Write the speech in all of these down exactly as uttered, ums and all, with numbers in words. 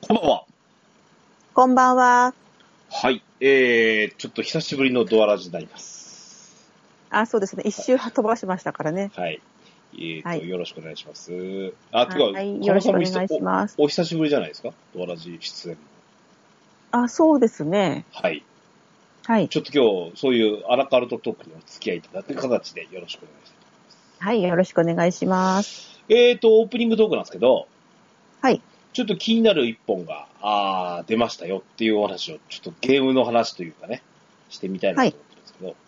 こんばんは。 こんばんは。 はい。えー、ちょっと久しぶりのドアラジになります。 あ、そうですね。一周飛ばしましたからね。 はい。えーと、 はい。 よろしくお願いします。あ、てか、 はい。よろしかまさんもひさくお願いします。 お、お久しぶりじゃないですか、ドアラジ出演も。 あ、そうですね。 はい。 はい。 ちょっと今日、そういうアラカルトトークにお付き合いいただく形でよろしくお願いしはい。よろしくお願いします。 ます。えーと、オープニングトークなんですけど、 はい。 ちょっと気になる一本が、あー、出ましたよっていうお話を、ちょっとゲームの話というかね、してみたいなはい。 と思ってるんですけど、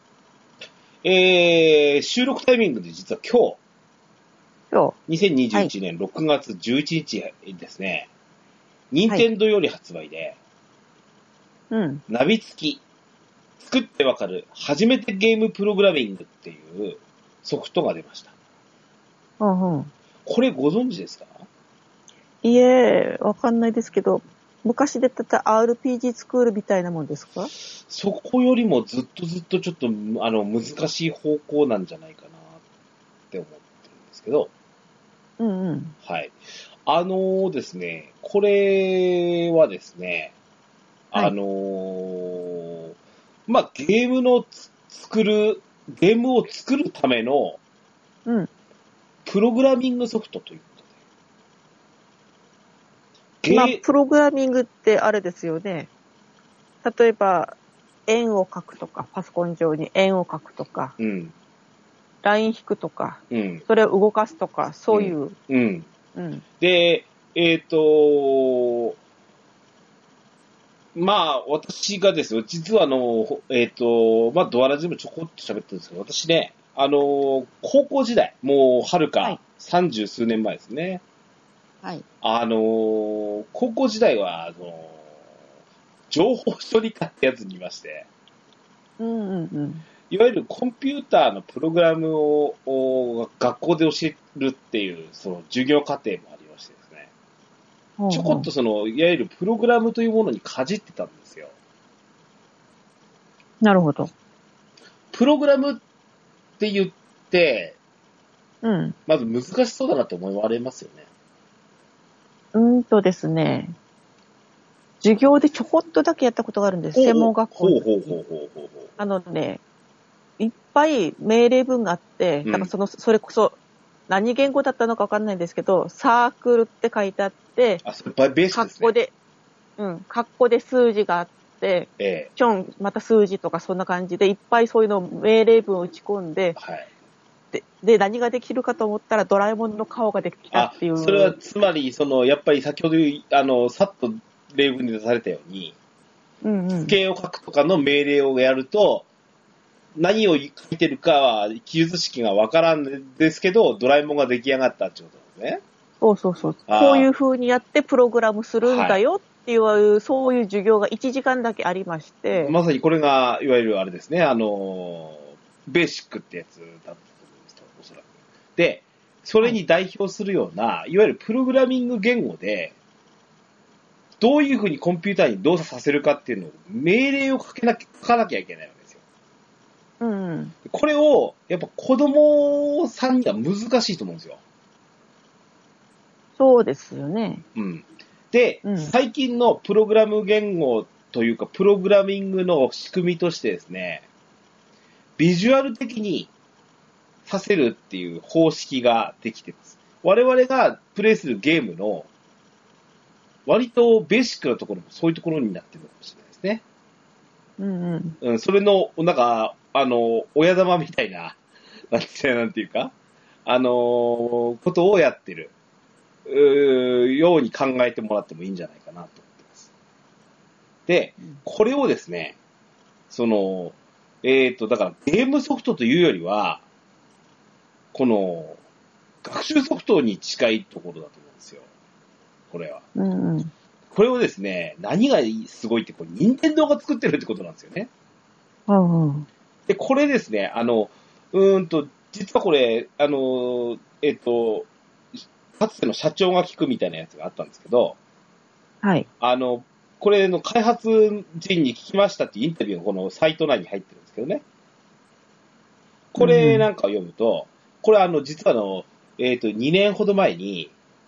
えー、収録タイミングで実は今日、 今日。 2021 はい。 年ろくがつじゅういちにちですね、任はい。 天堂より発売で、 うん。 ナビ付き、作ってわかる初めてゲームプログラミングっていうソフトが出ました。 うんうん。 これご存知ですか？ いえ、わかんないですけど、昔出てた アールピージー スクールみたいなもんですか？ そこよりもずっとずっとちょっと、あの、難しい方向なんじゃないかなって思ってるんですけど、 うんうん。 はい。あのーですね、これはですね、あはい。 のー、まあ、ゲームの作る、ゲームを作るためのうん。 プログラミングソフトということで。 まあ、 ゲー、 プログラミングってあれですよね。例えば、円を書くとか、パソコン上に円を書くとか、 うん、 ライン引くとか、 うん、 それを動かすとか、 うん、 そういう、 うん。 うん。 で、えっ、と、まあ、私がですよ、実はあの、えっ、と、まあ、ドアラジでもちょこっと喋ってるんですけど、私ね、あの、高校時代、もう、はるかはい。 三十数年前ですね。 はい。 あの、高校時代は、あの、情報処理科ってやつにいまして、 うんうんうん。 いわゆるコンピューターのプログラムをを学校で教えるっていう、その授業課程もありましてですね、ちょこっほうほう。 とその、いわゆるプログラムというものにかじってたんですよ。 なるほど。 プログラムって言って、 うん。 まず難しそうだなって思われますよね。 うーんとですね、授業でちょこっとだけやったことがあるんです。 ほうほう、 専門学校ほうほうの時に。 ほうほうほうほあのね、いっぱい命令文があって、 う。うん。 だからその、それこそ何言語だったのかわかんないんですけど、サークルって書いてあって、 あ、それベーシックですね。 カッコで、うん、カッコで数字があって、 ええ。 ちょん、また数字とかそんな感じで、いっぱいそういうの命令文を打ち込んで、 はい。 で、で、何ができるかと思ったらドラえもんの顔ができたっあ、 ていそれはう、 つまり、その、やっぱり先ほど、あの、さっと例文に出されたように、 うんうん。 図形を書くとかの命令をやると、何を書いてるかは記述式がわからんですけど、ドラえもんが出来上がったってことですね。 そうそうそう。こういあう風にやってプログラムすあ、はい。 るんだよっていう、そういう授業がいちじかんだけありまして、 まさにこれが、いわゆるあれですね、あの、ベーシックってやつだったと思うんですよ、おそらく。で、それはい。 に代表するような、いわゆるプログラミング言語で、どういうふうにコンピューターに動作させるかっていうのを、命令を書けなきゃ、書かなきゃいけないわけですよ。 うんうん。 これを、やっぱ子供さんには難しいと思うんですよ。 そうですよね。 うん。で、 うん。 最近のプログラム言語というか、プログラミングの仕組みとしてですね、ビジュアル的にさせるっていう方式ができています。我々がプレイするゲームの割とベーシックなところもそういうところになってるかもしれないですね。 うんうん。 うん、それの、なんか、あの、親玉みたいな、なんてなんていうか、あのーことをやってる、うーように考えてもらってもいいんじゃないかなと思ってます。で、これをですね、その、えっと、だからゲームソフトというよりは、この、学習ソフトに近いところだと思うんですよ。これは。 うんうん。 これをですね、何がすごいって、これ、任天堂が作ってるってことなんですよね。 うんうん。 で、これですね、あの、うーんと、実はこれ、あの、えっと、かつての社長が聞くみたいなやつがあったんですけど、 はい。 あの、これの開発人に聞きましたっていうインタビューがこのサイト内に入ってるんですけどね。こうんうん。 れなんかを読むと、これあの、実はあの、えっと、にねんほど前に、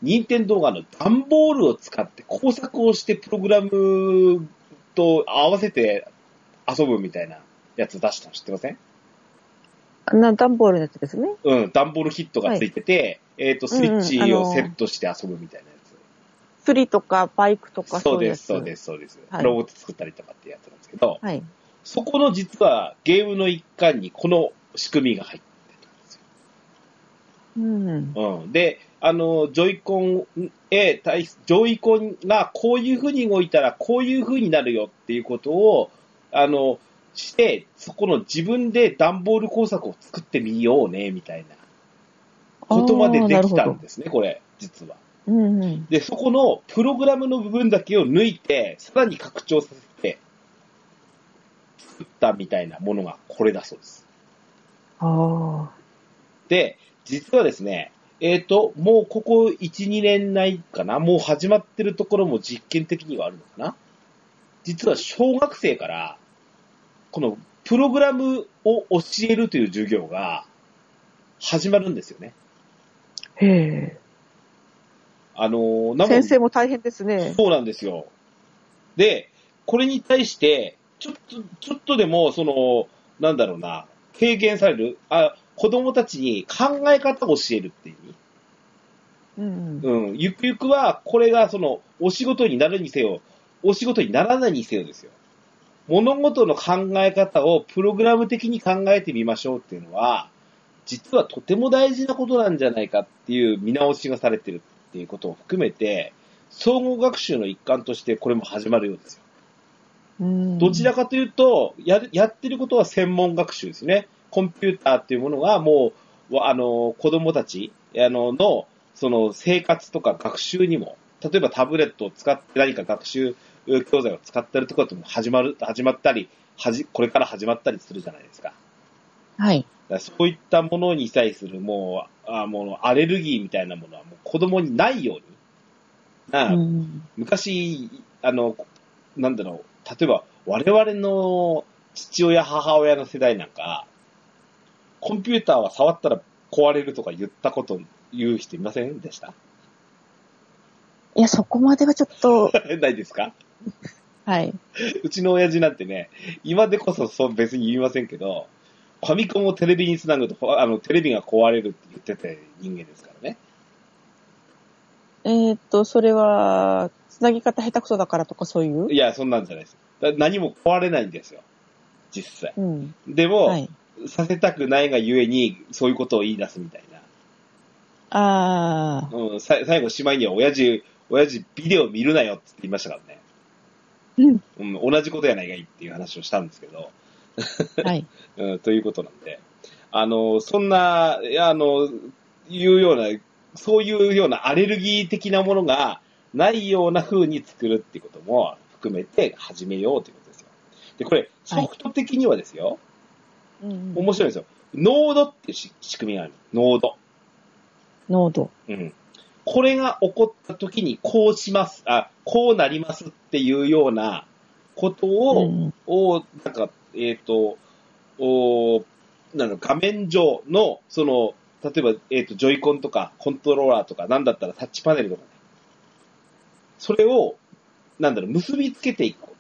任天堂があの、段ボールを使って工作をしてプログラムと合わせて遊ぶみたいなやつ出したの知ってません？ あんな段ボールのやつですね。 うん、段ボールヒットがついてて、はい、えっ、ー、と、スイッチをセットして遊ぶみたいなやつ。うんうん、 釣りとかバイクとかそういうやつ。そうです、そうです、そうです。はい、ロボット作ったりとかってやつなんですけど、はい、そこの実はゲームの一環にこの仕組みが入ってたんですよ。うん。うん。で、あの、ジョイコンへ対す、ジョイコンがこういう風に動いたらこういう風になるよっていうことを、あの、して、そこの自分で段ボール工作を作ってみようね、みたいなことまでできたんですね、これ、実は。うんうん、で、そこのプログラムの部分だけを抜いて、さらに拡張させて、作ったみたいなものがこれだそうです。あで、実はですね、えっ、ー、と、もうここいち、にねんないかな、もう始まってるところも実験的にはあるのかな。実は小学生から、このプログラムを教えるという授業が始まるんですよね。へえ。あの、 先生も大変ですね。 そうなんですよ。で、これに対して、ちょっと、ちょっとでも、その、なんだろうな、軽減される、あ、子供たちに考え方を教えるっていう。うん、うん。ゆくゆくは、これがその、お仕事になるにせよ、お仕事にならないにせよですよ。物事の考え方をプログラム的に考えてみましょうっていうのは、実はとても大事なことなんじゃないかっていう見直しがされてるっていうことを含めて、総合学習の一環としてこれも始まるようですよ。うんどちらかというとや、やってることは専門学習ですね。コンピューターっていうものがもう、あの、子供たちあのの、その生活とか学習にも、例えばタブレットを使って何か学習教材を使ってるところとも始まる、始まったり、はじ、これから始まったりするじゃないですか。はい。だそういったものに対するもう、あもうアレルギーみたいなものはもう子供にないように。なうん、昔、あの、なんだろう、例えば我々の父親、母親の世代なんか、コンピューターは触ったら壊れるとか言ったこと言う人いませんでした？ いや、そこまではちょっと。 ないですか？ はい。 うちの親父なんてね、今でこそそう別に言いませんけど、ファミコンをテレビにつなぐと、あの、テレビが壊れるって言ってた人間ですからね。 えー、っと、それは、つなぎ方下手くそだからとかそういう？ いや、そんなんじゃないです。何も壊れないんですよ。実際。うん、でも、はい、させたくないがゆえに、そういうことを言い出すみたいな。ああ。うん、さ最後、しまいには、親父、親父、ビデオ見るなよって言いましたからね。うん。うん、同じことやないかいっていう話をしたんですけど。はい、うん。ということなんで。あの、そんな、いや、あの、いうような、そういうようなアレルギー的なものがないような風に作るっていうことも含めて始めようということですよ。で、これ、ソフト的にはですよ。はい、面白いんですよ。ノードっていう仕組みがある。ノード。ノード。うん。これが起こった時にこうします。あ、こうなりますっていうようなことを、うん、をなんか、えっ、ー、と、おなんか画面上の、その、例えば、えっ、ー、と、ジョイコンとか、コントローラーとか、なんだったらタッチパネルとかね。それを、なんだろう、結びつけていくこと。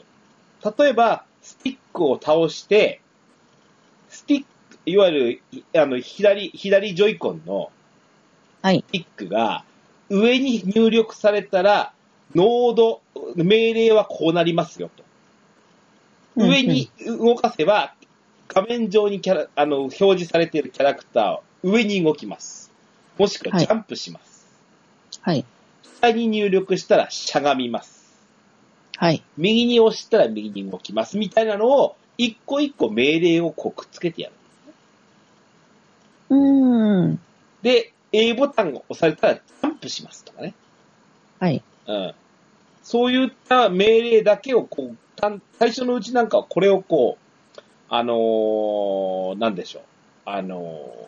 例えば、スティックを倒して、スティック、いわゆる、あの、左、左ジョイコンの、スティックが、上に入力されたら、ノード、命令はこうなりますよと。上に動かせば、画面上にキャラあの表示されているキャラクターは上に動きます。もしくはジャンプします。はい。下に入力したらしゃがみます。はい。右に押したら右に動きます。みたいなのを、一個一個命令をこうくっつけてやるんですね。うーん。で、A ボタンが押されたらジャンプしますとかね。はい。うん。そういった命令だけをこう、最初のうちなんかはこれをこう、あのー、なんでしょう。あの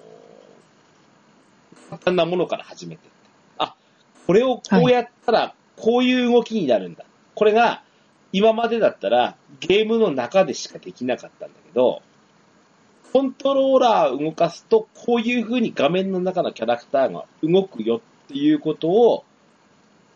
ー、簡単なものから始めていって。あ、これをこうやったら、こういう動きになるんだ。はい、これが、今までだったら、ゲームの中でしかできなかったんだけど、コントローラーを動かすと、こういう風に画面の中のキャラクターが動くよっていうことを、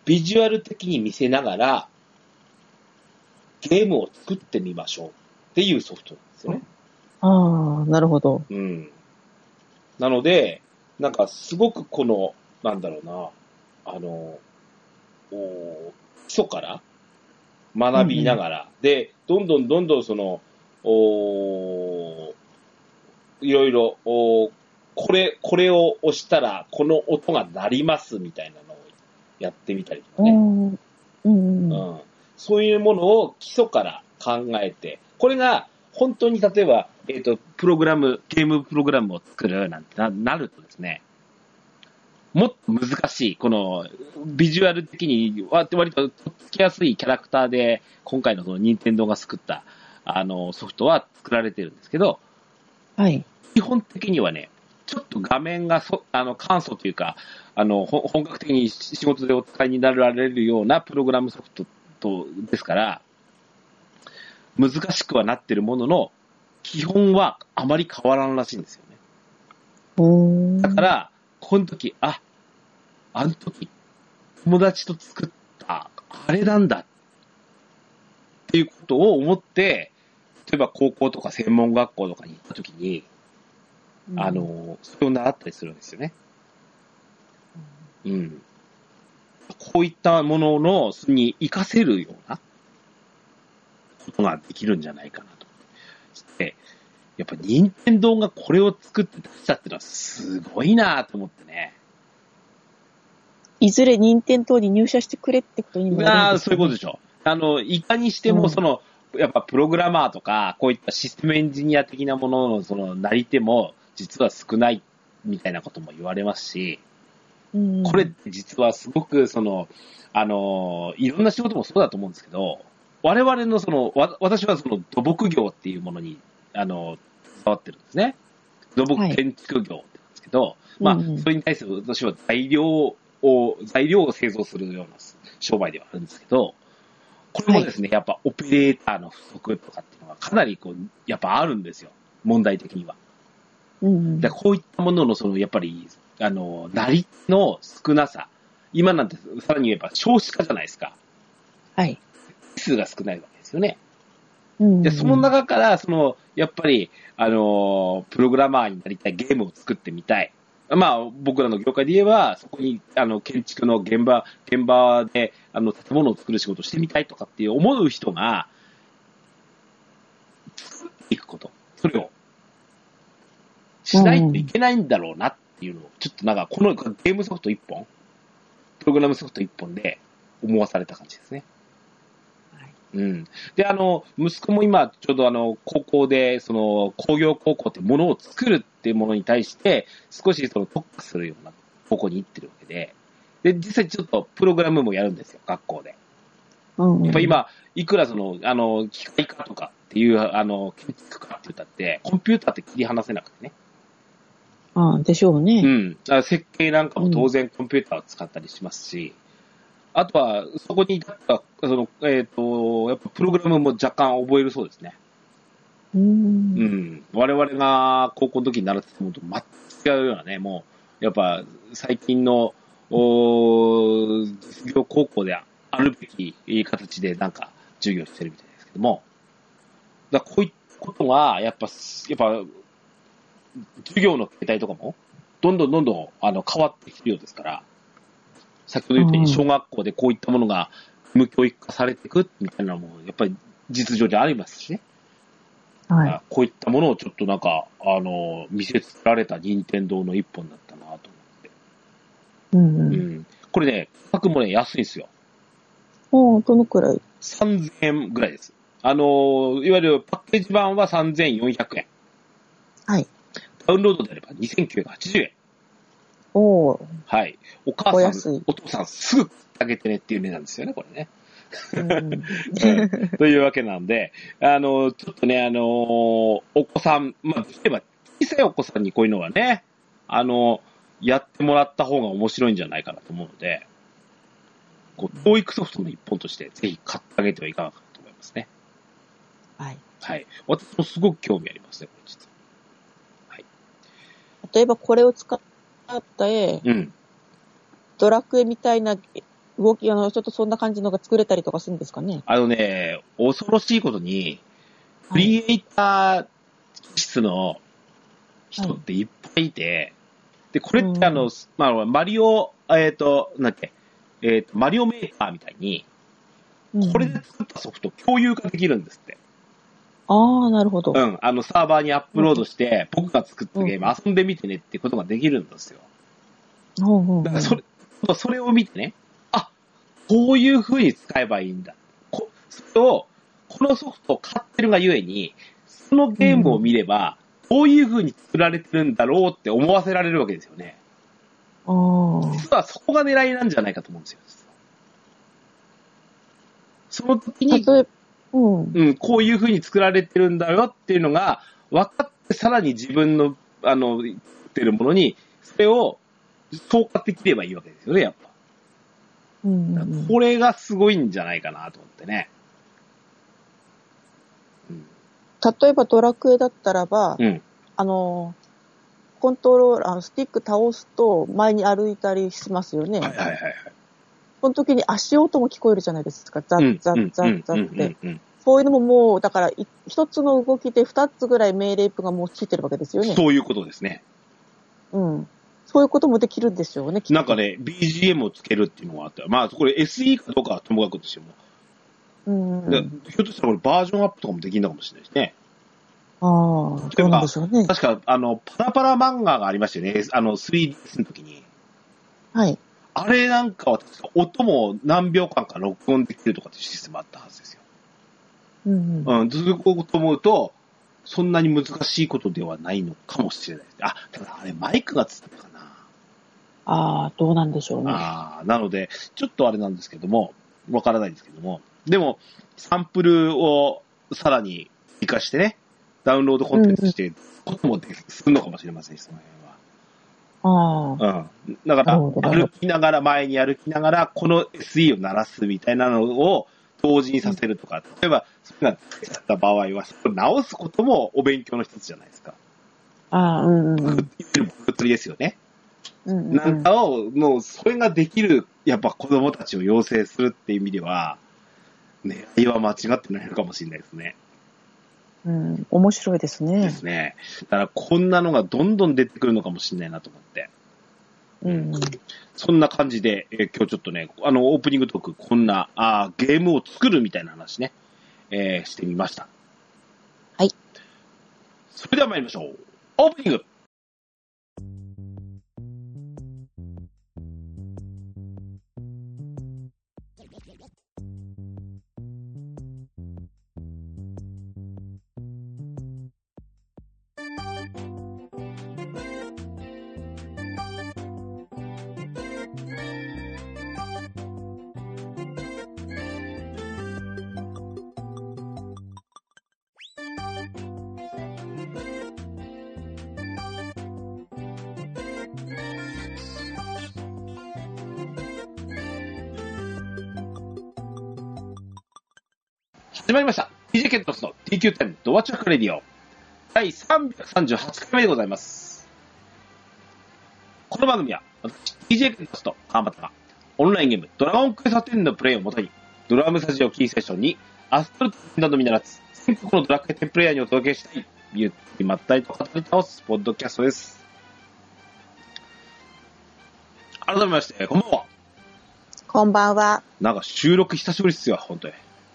ビジュアル的に見せながら、ゲームを作ってみましょうっていうソフトなんですよね。 ああ、なるほど。 うん。なので、なんかすごくこの、なんだろうな、あの、お基礎から学びながら、うんうん、で、どんどんどんどんその、おいろいろ、おこれ、これを押したら、この音が鳴りますみたいなのをやってみたりとかね。 うんうんうん、そういうものを基礎から考えて、これが本当に例えば、えっと、プログラム、ゲームプログラムを作るなんて な, なるとですね、もっと難しい、このビジュアル的に割ととっつきやすいキャラクターで、今回のその任天堂が作ったあのソフトは作られてるんですけど、 はい。 基本的にはね、ちょっと画面がそあの簡素というか、あの本格的に仕事でお使いになられるようなプログラムソフトとですから、難しくはなってるものの、基本はあまり変わらんらしいんですよね。 うーんだから、この時、あ、あの時、友達と作った、あれなんだっていうことを思って、例えば高校とか専門学校とかに行った時に、うん、あの、それを習ったりするんですよね。うん。こういったものの、に活かせるようなことができるんじゃないかなと。で、やっぱ任天堂がこれを作って出したってのはすごいなと思ってね。 いずれ任天堂に入社してくれってことにもなるんですかね。 ああ、そういうことでしょ。あの、いかにしても、その、うん、やっぱプログラマーとか、こういったシステムエンジニア的なものの、その、なり手も、実は少ないみたいなことも言われますし、うん、これって実はすごく、その、あの、いろんな仕事もそうだと思うんですけど、我々のその、わ私はその土木業っていうものに、あの、伝わってるんですね。土木建築業って言うんですけど、はい、まあ、うんうん、それに対する私は材料を、材料を製造するような商売ではあるんですけど、これもですね、はい、やっぱオペレーターの不足とかっていうのがかなりこう、やっぱあるんですよ。問題的には。うんうん、でこういったものの、その、やっぱり、あの、なりの少なさ。今なんてさらに言えば少子化じゃないですか。 はい。 数が少ないわけですよね。うんうん、で、その中から、その、やっぱり、あの、プログラマーになりたい、ゲームを作ってみたい。まあ、僕らの業界で言えば、そこに、あの、建築の現場、現場で、あの、建物を作る仕事をしてみたいとかっていう思う人が、作っていくこと。それを、しないといけないんだろうなっていうのを、ちょっとなんか、このゲームソフト一本、プログラムソフト一本で思わされた感じですね。うん。で、あの、息子も今、ちょうどあの、高校で、その、工業高校ってものを作るっていうものに対して、少しその特化するような高校に行ってるわけで、で、実際ちょっとプログラムもやるんですよ、学校で。うんうん、やっぱ今、いくらその、あの、機械化とかっていう、あの、建築家って言ったって、コンピューターって切り離せなくてね。 ああ、でしょうね。 うん。設計なんかも当然コンピューターを使ったりしますし、うん、あとは、そこに至った、その、えっと、やっぱプログラムも若干覚えるそうですね。うん。うん。我々が高校の時に習ってたものと全く違うようなね、もう、やっぱ最近の、お実業高校であるべき形でなんか授業してるみたいですけども、だこういったことが、やっぱ、やっぱ、授業の形態とかも、どんどんどんどんあの変わってきてるようですから、先ほど言ったように小学校でこういったものが無教育化されていくみたいなのも、やっぱり実情でありますしね。はい。こういったものをちょっとなんか、あの、見せつけられた任天堂の一本だったなと思って。うんうん。うん。これね、価格もね、安いんですよ。 おー、どのくらい ? さんぜんえんぐらいです。あの、いわゆるパッケージ版はさんぜんよんひゃくえん。 はい。 ダウンロードであればにせんきゅうひゃくはちじゅうえん。 おー。 はい。お母さん、お父さんすぐあげてねっていう値なんですよね、これね。うんうん、というわけなんで、あの、ちょっとね、あの、お子さん、まあ、例えば小さいお子さんにこういうのはね、あの、やってもらった方が面白いんじゃないかなと思うので、こう教育ソフトの一本としてぜひ買ってあげてはいかがかと思いますね。 はい。 はい。私もすごく興味ありますね、これ実は。はい。 例えばこれを使った絵、うん、ドラクエみたいな動き、あの、ちょっとそんな感じのが作れたりとかするんですかね。 あのね、恐ろしいことに、クリエイター気質の人っていっぱいいて、で、これってあの、 うんまあ、マリオ、えっ、と、なんだっけ、えっ、と、マリオメーカーみたいに、これで作ったソフト共有化できるんですって。 ああ、なるほど。 うん。あの、サーバーにアップロードして、僕が作ったゲーム遊んでみてねってことができるんですよ。 ほうほうほうだからそれ、それを見てね、あ、こういう風に使えばいいんだ。こそれを、このソフトを買ってるがゆえに、そのゲームを見れば、どういう風に作られてるんだろうって思わせられるわけですよね。 ああ。 実はそこが狙いなんじゃないかと思うんですよ。その時に、 例えば、うん。 うん、こういう風に作られてるんだよっていうのが分かって、さらに自分の、あの、作ってるものに、それを投下できればいいわけですよね、やっぱ。 うんうんうん、 これがすごいんじゃないかなと思ってね。うん、 例えばドラクエだったらば、 うん、 あの、コントローラー、あのスティック倒すと前に歩いたりしますよね。 はいはいはいはい。 その時に足音も聞こえるじゃないですか。ザッザッザッザッって。そういうのももう、だから、一つの動きで二つぐらい命令文がもうついてるわけですよね。 そういうことですね。 うん。そういうこともできるんでしょうね、 なんかね、ビージーエム をつけるっていうのがあったら、まあ、これ エスイー かどうかはともかくとしても。 うんうん、 ひょっとしたらこれバージョンアップとかもできるのかもしれないですね。 ああ、どうなんでしょうね。 確か、あの、パラパラ漫画がありましたよね。あの、スリーディーエス の時に。 はい。 あれなんかは、音も何秒間か録音できるとかっていうシステムあったはずですよ。 うんうん。 うん、そういうこと思うと、そんなに難しいことではないのかもしれないです。あ、ただあれマイクがつったかな。 ああ、どうなんでしょうね。 ああ、なので、ちょっとあれなんですけども、わからないんですけども、でも、サンプルをさらに活かしてね、ダウンロードコンテンツしてこともするのかもしれませんし、その辺は。ああ。うん。だから、歩きながら、前に歩きながら、この エスイー を鳴らすみたいなのを同時にさせるとか、例えば、それが出ちゃった場合は、それを直すこともお勉強の一つじゃないですか。 ああ、うんうん。 物理ですよね。 うんうんうん、 なんかを、もう、それができる、やっぱ子供たちを養成するっていう意味では、狙いは間違ってないのかもしれないですね。 うん、面白いですね。 ですね。だから、こんなのがどんどん出てくるのかもしれないなと思って。 うん、 そんな感じで、えー、今日ちょっとね、あの、オープニングトーク、こんな、あゲームを作るみたいな話ね、えー、してみました。 はい。 それでは参りましょう。オープニング。始まりました。ティージェー ケントスの ティーキュー タイムドアチャックレディオだいさんびゃくさんじゅうはちかいめでございます。この番組は私 ティージェー ケントスと川端がオンラインゲームドラゴンクエストテンのプレイをもとにドラムスタジオキーステーションにアストルトなど見習つ全国のドラクエテンプレイヤーにお届けしたいゆっくりまったりと語り倒すポッドキャストです。改めましてこんばんは。 こんばんは。 なんか収録久しぶりですよ、本当に。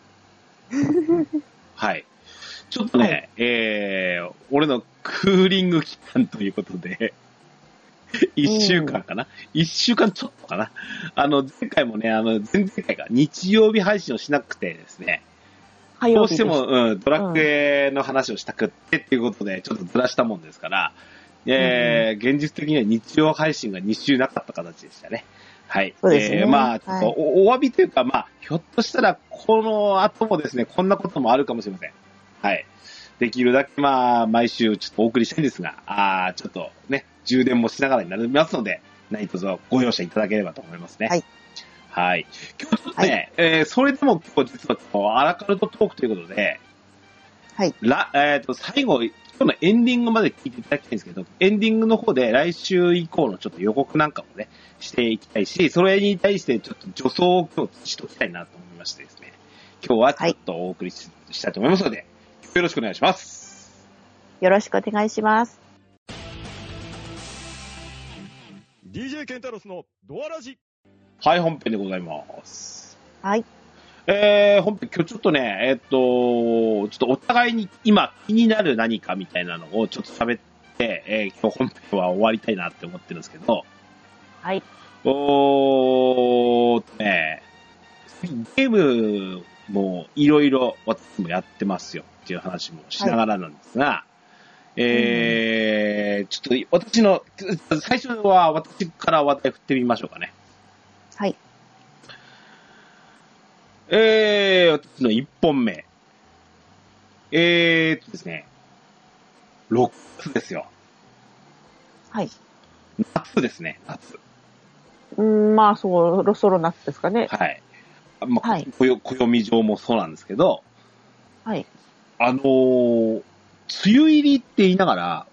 はい。ちょっとね、はい、えー、俺のクーリング期間ということで、一週間かな一週間ちょっとかなあの、前回もね、あの、前々回が日曜日配信をしなくてですね、どうしても、うん、ドラクエの話をしたくってっていうことで、ちょっとずらしたもんですから、うん、えー、現実的には日曜配信がに週なかった形でしたね。はい。 そうですね。 えー、まあ、ちょっとお、はい、お詫びというか、まあ、ひょっとしたら、この後もですね、こんなこともあるかもしれません。はい。できるだけ、まあ、毎週ちょっとお送りしたいんですが、あちょっとね、充電もしながらになりますので、何卒ご容赦いただければと思いますね。 はい。 はい。今日ちょっとね、はい、えー、それでも今日実はアラカルトトークということで、 はい。 ら、えっ、ー、と、最後、 今日のエンディングまで聞いていただきたいんですけど、エンディングの方で来週以降のちょっと予告なんかもね、していきたいし、それに対してちょっと助走を今日しときたいなと思いましてですね、今日はちょっとお送り し,、はい、したいと思いますので、よろしくお願いします。 よろしくお願いします。 ディージェー ケンタロスのドアラジ。 はい、本編でございます。 はい。 えー、本編、今日ちょっとね、えー、っと、ちょっとお互いに今気になる何かみたいなのをちょっと喋って、えー、今日本編は終わりたいなって思ってるんですけど、 はい。 おーとね、ゲームもいろいろ私もやってますよっていう話もしながらなんですが、はい、えー、うん、ちょっと私の、最初は私から話題振ってみましょうかね。 はい。 えー、私の一本目。えーっとですね、ろくがつですよ。 はい。 夏ですね、夏。 うん、まあ、そろそろ夏ですかね。 はい。まあ、 はい、 暦上もそうなんですけど、 はい。 あのー、梅雨入りって言いながら、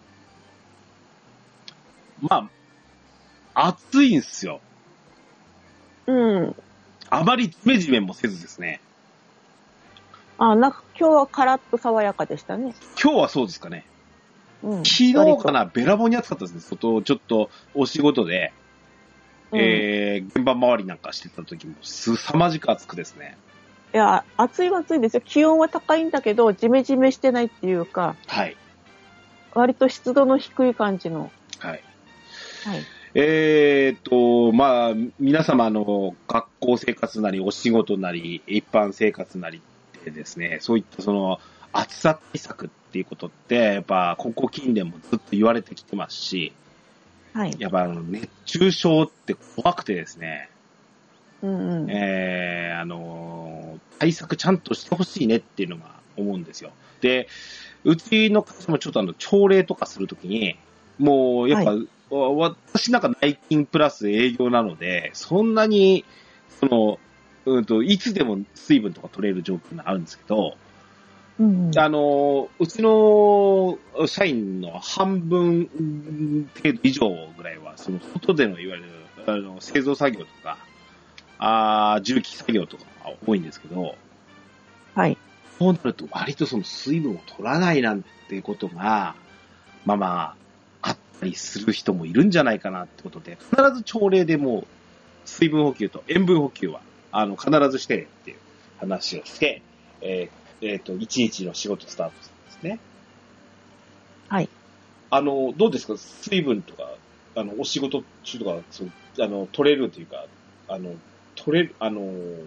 まあ、暑いんですよ。 うん。 あまりジメジメもせずですね。 あ、なんか今日はカラッと爽やかでしたね。 今日はそうですかね。 うん、 昨日かな、べらぼうに暑かったですね。外、ちょっとお仕事で、うん、えー、現場周りなんかしてた時もすさまじく暑くですね。 いや、暑いは暑いんですよ。気温は高いんだけど、ジメジメしてないっていうか、 はい。 割と湿度の低い感じの。 はい。 はい。 えーっと、まあ、皆様の学校生活なり、お仕事なり、一般生活なりってですね、そういったその、暑さ対策っていうことって、やっぱ、ここ近年もずっと言われてきてますし、 はい。 やっぱ、熱中症って怖くてですね、 うんうん。 えー、あの、対策ちゃんとしてほしいねっていうのが思うんですよ。で、うちの会社もちょっとあの、朝礼とかするときに、もう、やっぱ、はい、私なんか内勤プラス営業なので、そんなに、その、うんと、いつでも水分とか取れる状況があるんですけど、 うんうん、 あの、うちの社員の半分程度以上ぐらいは、その外でのいわゆるあの製造作業とか、あ重機作業とかが多いんですけど、 はい。 そうなると割とその水分を取らないなんていうことが、まあまあ、あったりする人もいるんじゃないかなってことで、必ず朝礼でも水分補給と塩分補給は、あの、必ずしてねっていう話をして、えー、えっと、一日の仕事スタートするんですね。 はい。 あの、どうですか水分とか、あの、お仕事中とか、そう、あの、取れるというか、あの、取れる、あの、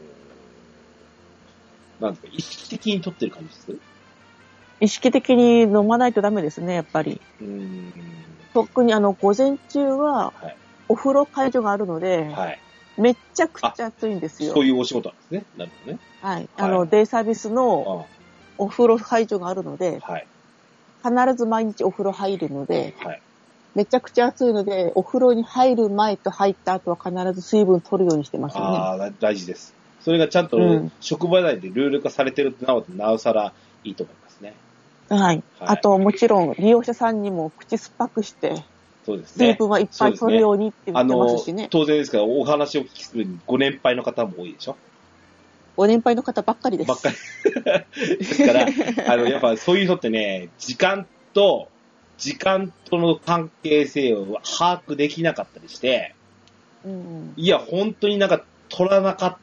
なんですか、意識的に取ってる感じです？ 意識的に飲まないとダメですね、やっぱり。 うーん。 特にあの、午前中は、お風呂介助があるので、はい、めっちゃくちゃ暑いんですよ。 そういうお仕事なんですね。なるほどね。 はい。あの、はい、デイサービスのお風呂介助があるので、はい、必ず毎日お風呂入るので、はい、めちゃくちゃ暑いので、お風呂に入る前と入った後は必ず水分取るようにしてますよね。 ああ、大事です。それがちゃんと職場内でルール化されてるとなおなおさらいいと思いますね。 はい。はい、あと、もちろん利用者さんにも口酸っぱくして、そうですね。水分はいっぱい取るようにって言ってますしね。 当然ですから、お話をお聞きするにご年配の方も多いでしょ？ ご年配の方ばっかりです。 ばっかり。ですから、あの、やっぱそういう人ってね、時間と、時間との関係性を把握できなかったりして、うん、いや、本当になんか取らなかった、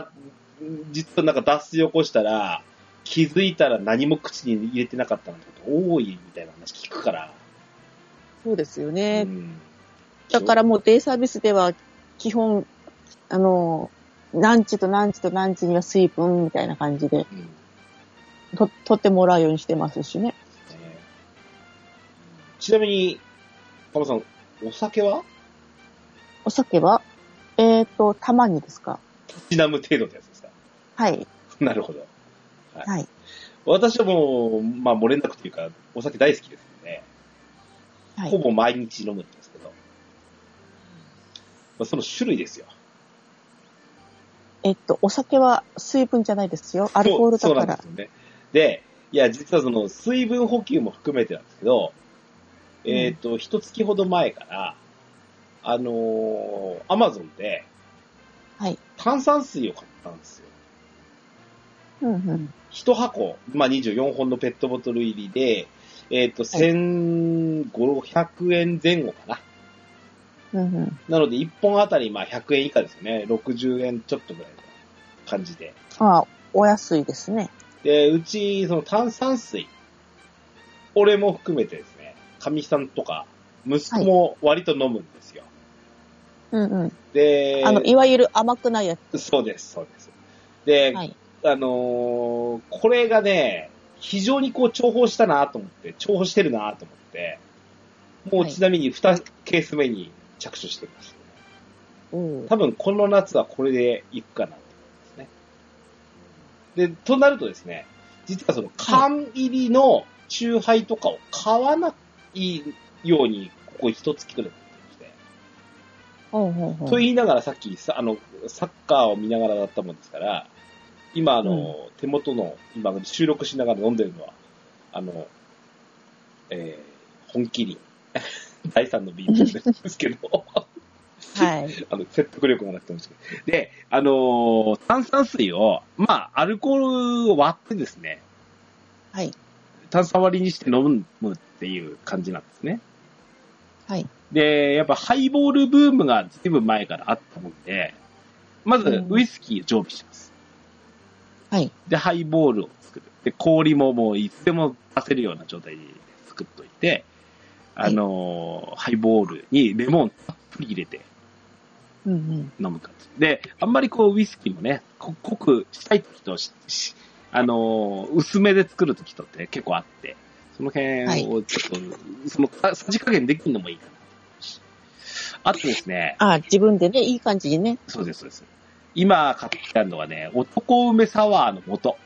実はなんか脱水を起こしたら、気づいたら何も口に入れてなかったなんてこと多いみたいな話聞くから。 そうですよね。うん、だからもうデイサービスでは基本、あの、何時と何時と何時には水分みたいな感じで、うん、と、取ってもらうようにしてますしね。 えー、ちなみに、カモさん、お酒はお酒はえっ、ー、と、たまにですか？ たしなむ程度ってやつですか？ はい。 なるほど。 はい。はい、 私はもう、まあ、漏れなくというか、お酒大好きですので、はい、ほぼ毎日飲むんですけど、まあ、その種類ですよ。 えっと、お酒は水分じゃないですよ。アルコールだから。 そう、そうなんですよね。で、 いや、実はその水分補給も含めてなんですけど、うん、えっと、一月ほど前から、あのー、アマゾンで、 はい。 炭酸水を買ったんですよ。 うんうん。 一箱、まあ、にじゅうよんほんのペットボトル入りで、えっと、せんごひゃくえんぜん後かな。 うんうん。 なので、いっぽんあたり、まあ、ひゃくえん以下ですよね。ろくじゅうえんちょっとぐらいの感じで。 ああ、お安いですね。 で、うち、その炭酸水、俺も含めてですね、かみさんとか、息子も割と飲むんですよ。 はい、うんうん。 で、 あの、いわゆる甘くないやつ。 そうです、そうです。で、 はい、 あのー、これがね、非常にこう重宝したなと思って、重宝してるなと思って、もうちなみににケース目に着手してます、ね。多分この夏はこれでいくかなと思いますね。で、となるとですね、実はその缶入りのチューハイとかを買わないように、ここ一月くらいほうほうほうと言いながらさっきさ、あの、サッカーを見ながらだったもんですから、今あの、うん、手元の、今収録しながら飲んでるのは、あの、えー、本麒麟。だいさんのビールなんですけど、 はい。 あの、説得力がなくてもしれない。で、あのー、炭酸水を、まあ、アルコールを割ってですね、 はい。 炭酸割りにして飲むっていう感じなんですね。 はい。 で、やっぱハイボールブームがずいぶん前からあったもんで、まずウイスキーを常備してます。 はい。 で、ハイボールを作る。で、氷ももういつでも出せるような状態で作っといて、あのーはい、ハイボールにレモンたっぷり入れて、 うんうん、 飲む感じ。で、あんまりこうウイスキーもね、濃くしたい時とし、あのー、薄めで作る時とって結構あって、その辺をちょっと、はい、そのさじ加減できるのもいいかなと思うし。あとですね。 ああ、自分でね、いい感じにね。 そうです、そうです。今買ってあるのがね、男梅サワーの素。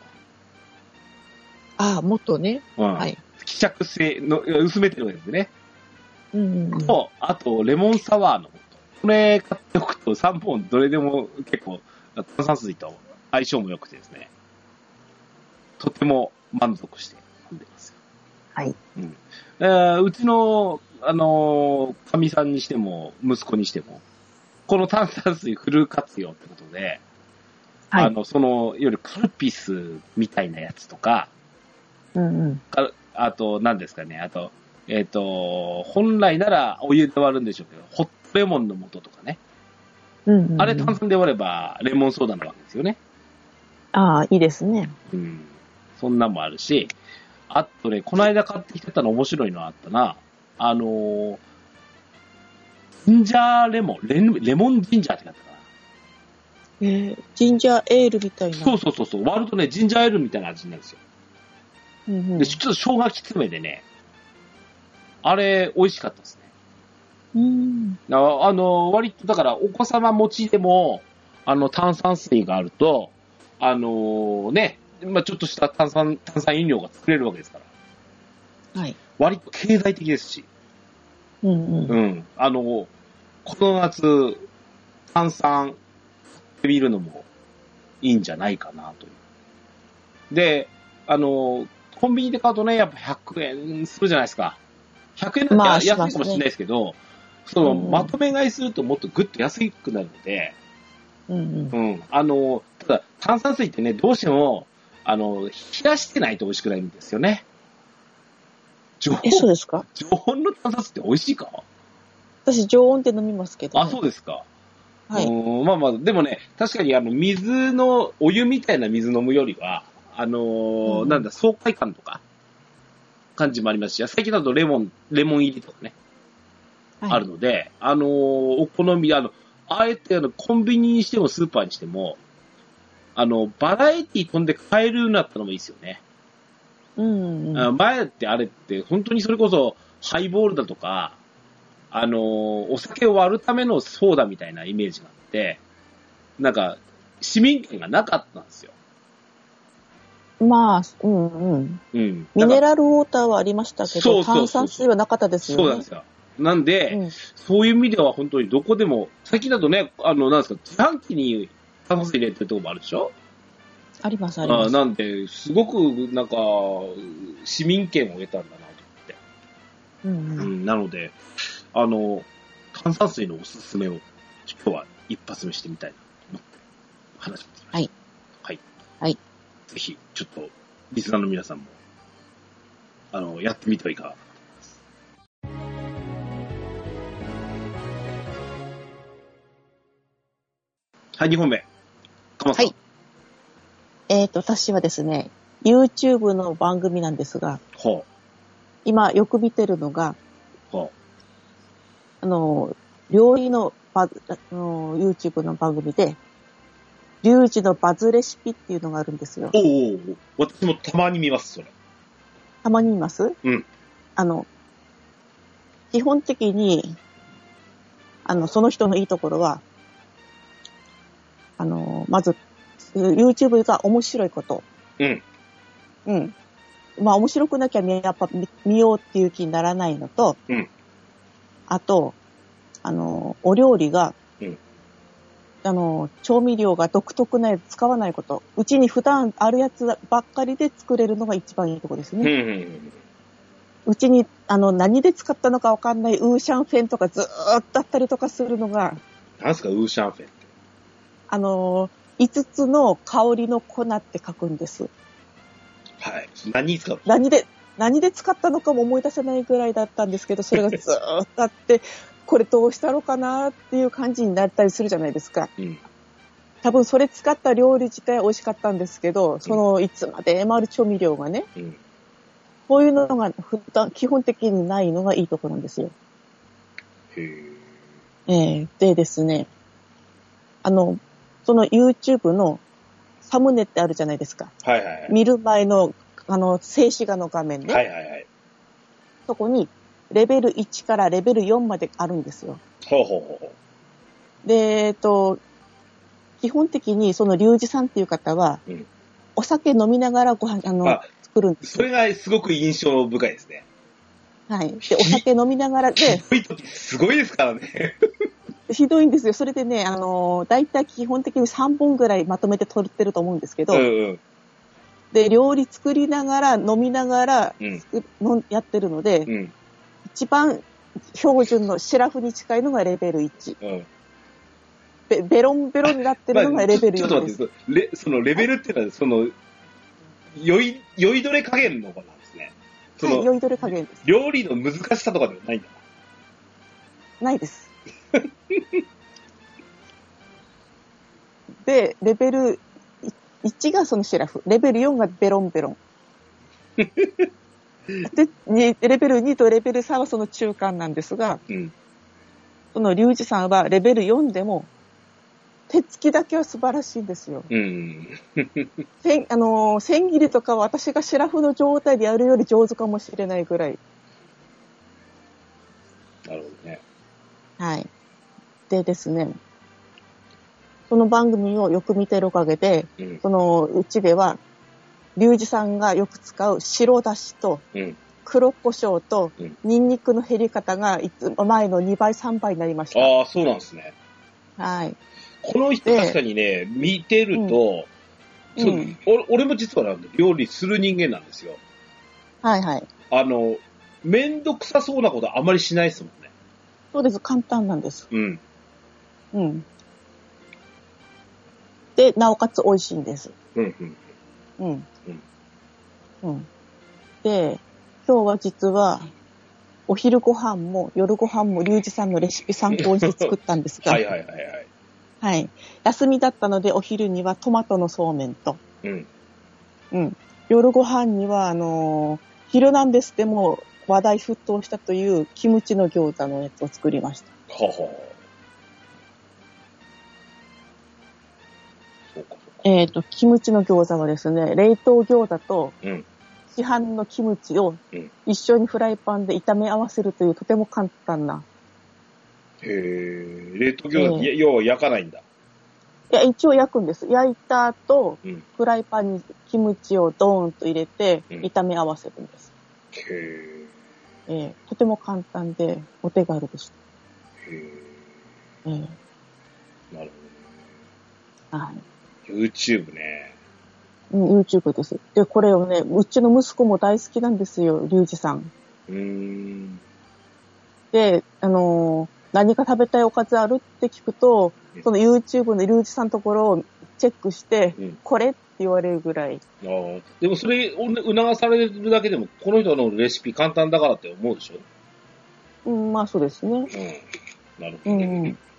ああ、素ね。 うん。はい。希釈性の、薄めてるわけですね。 うんうんうん。 と、あと、レモンサワーの素。これ買っておくとさんぼんどれでも結構、炭酸水と相性も良くてですね。とても満足して飲んでますよ。 はい。 うん。えー、うちの、あのー、かみさんにしても、息子にしても、この炭酸水フル活用ってことで、はい、あの、その、いわゆるカルピスみたいなやつとか、 うんうん、 あと、何ですかね、あと、えっ、ー、と、本来ならお湯で割るんでしょうけど、ホットレモンの素とかね。 うんうんうん、 あれ炭酸で割れば、レモンソーダなわけですよね。 ああ、いいですね。 うん。そんなんもあるし、あとね、この間買ってきてたの面白いのあったな。あのー、ジンジャーレモン、レレモンジンジャーってやったかな。 えー、ジンジャーエールみたいな。 そうそうそうそう。割るとね、ジンジャーエールみたいな味なんですよ。うんうん、で、ちょっと生姜きつめでね、あれ、美味しかったですね。 うん。 あ, あの、割と、だから、お子様持ちでも、あの、炭酸水があると、あのー、ね、まあちょっとした炭酸、炭酸飲料が作れるわけですから。 はい。 割と経済的ですし。 うんうん。 うん。あの、この夏、炭酸ってみるのもいいんじゃないかなという。で、あの、コンビニで買うとね、やっぱひゃくえんするじゃないですか。ひゃくえんだって安いかもしれないですけど、まあね、その、うんうん、まとめ買いするともっとぐっと安くなるので、 うんうん。 うん。あの、ただ、炭酸水ってね、どうしても、あの、冷やしてないと美味しくないんですよね。常温。 え、そうですか？ 常温の炭酸水って美味しいか？ 私、常温で飲みますけど、 ね。あ、そうですか。 はい。 うん、まあまあ、でもね、確かにあの、水の、お湯みたいな水飲むよりは、あのーうん、なんだ、爽快感とか、感じもありますし、最近だとレモン、レモン入りとかね、はい、あるので、あのー、お好み、あの、あえてあの、コンビニにしてもスーパーにしても、あの、バラエティ飛んで買えるようになったのもいいですよね。 うんうん、 前ってあれって、本当にそれこそ、ハイボールだとか、あのー、お酒を割るためのソーダみたいなイメージがあって、なんか、市民権がなかったんですよ。 まあ、うんうん。 うん。 ミネラルウォーターはありましたけど、そうそうそうそう炭酸水はなかったですよね。 そうなんですよ。なんで、うん、そういう意味では本当にどこでも、最近だとね、あの、なんですか、自販機に炭酸水入れてるところもあるでしょ？ あります、あります。 あなんで、すごく、なんか、市民権を得たんだなと思って。 うんうん。 うん、なので、あの、炭酸水のおすすめを、今日は一発目してみたいなと思って話してきました。 はい。 はい。 はい。 ぜひ、ちょっと、リスナーの皆さんも、あの、やってみてはいかがかと思います。はい、にほんめ。かまさん。 はい。えっと、私はですね、YouTube の番組なんですが、 は今よく見てるのが、 あ、はあの、料理のバズ、あの、YouTube の番組で、リュウジのバズレシピっていうのがあるんですよ。 おおお私もたまに見ます、それ。 たまに見ます？ うん。 あの、基本的に、あの、その人のいいところは、あの、まず、YouTube が面白いこと。 うん。 うん。まあ、面白くなきゃやっぱ見、見ようっていう気にならないのと、 うん。あと、あの、お料理が、 うん。 あの、調味料が独特なやつ使わないこと。うちに普段あるやつばっかりで作れるのが一番いいところですね。 うん。うん。 うちに、あの、何で使ったのかわかんないウーシャンフェンとかずーっとあったりとかするのが、 なんすか、ウーシャンフェンって。 あの、五つの香りの粉って書くんです。 はい。何に使う？ 何で、何で使ったのかも思い出せないぐらいだったんですけど、それがずーっとあって、これどうしたのかなっていう感じになったりするじゃないですか。 うん。 多分それ使った料理自体美味しかったんですけど、そのいつまでもある調味料がね、 うん。 こういうのが普段基本的にないのがいいところなんですよ。 へー。 えー、でですね、あの、その YouTube のサムネってあるじゃないですか。 はいはいはい。 見る前の、あの、静止画の画面で、 はいはいはい。 そこにレベルいちからレベルよんまであるんですよ。 ほうほうほう。 で、えっと、基本的にそのリュウジさんっていう方は、 うん。 お酒飲みながらご飯、あの、 あ、 作るんですそれがすごく印象深いですね。 はい。で、お酒飲みながらで、 ひどい時すごいですからね。 ひどいんですよ。それでね、あの、だいたい基本的にさんぼんぐらいまとめて撮ってると思うんですけど、 うんうん。 で、料理作りながら、飲みながら、 うん。 のやってるので、 うん。 一番標準のシラフに近いのがレベルいち。 うん。 ベベロンベロンになってるのがレベルちょっよんです。 と待って、レそのレベルっていうのは、その、酔い、酔いどれ加減の子なんですね。その、 はい、酔いどれ加減です。 料理の難しさとかではないんだ。 ないです。で、レベルいちがそのシラフ、レベルよんがベロンベロン。で、レベルにとレベルさんはその中間なんですが、 うん。 そのリュウジさんはレベルよんでも、手つきだけは素晴らしいんですよ。 うん。 せん、あのー、千切りとかは私がシラフの状態でやるより上手かもしれないぐらい。 なるほどね。 はい。でですね、その番組をよく見てるおかげで、うん、そのうちでは、リュウジさんがよく使う白だしと、黒胡椒と、ニンニクの減り方がいつも前のにばい、さんばいになりました。 ああ、そうなんですね。 はい。 この人確かにね、見てると、うんそううん、俺も実はなんで料理する人間なんですよ。 はいはい。 あの、めんどくさそうなことあんまりしないですもんね。 そうです、簡単なんです。 うん。 うん。で、なおかつ美味しいんです。 うん、うん。 うん。うん。うん。で、今日は実は、お昼ご飯も夜ご飯もリュウジさんのレシピ参考にして作ったんですが。 はいはいはいはい。 はい。休みだったのでお昼にはトマトのそうめんと。 うん。 うん。夜ご飯には、あのー、ヒルナンデスでも話題沸騰したというキムチの餃子のやつを作りました。 はは。そうかそうか。 えっと、キムチの餃子はですね、冷凍餃子と、 うん。 市販のキムチを一緒にフライパンで炒め合わせるというとても簡単な。 へー、冷凍餃子、えー、要は焼かないんだ。 いや、一応焼くんです。焼いた後、うん、フライパンにキムチをドーンと入れて、炒め合わせるんです。 うん、へー、えー。とても簡単で、お手軽でした。 へー。 えー、 なるほどね。 はい。 YouTube ね。 うん、YouTube です。で、これをね、うちの息子も大好きなんですよ、リュウジさん。 うーん。 で、あのー、何か食べたいおかずあるって聞くと、その YouTube のリュウジさんのところをチェックして、うん、これって言われるぐらい。 ああ。でもそれを促されるだけでも、この人のレシピ簡単だからって思うでしょ？ うん、まあそうですね。うん。 なるほどね。うんうん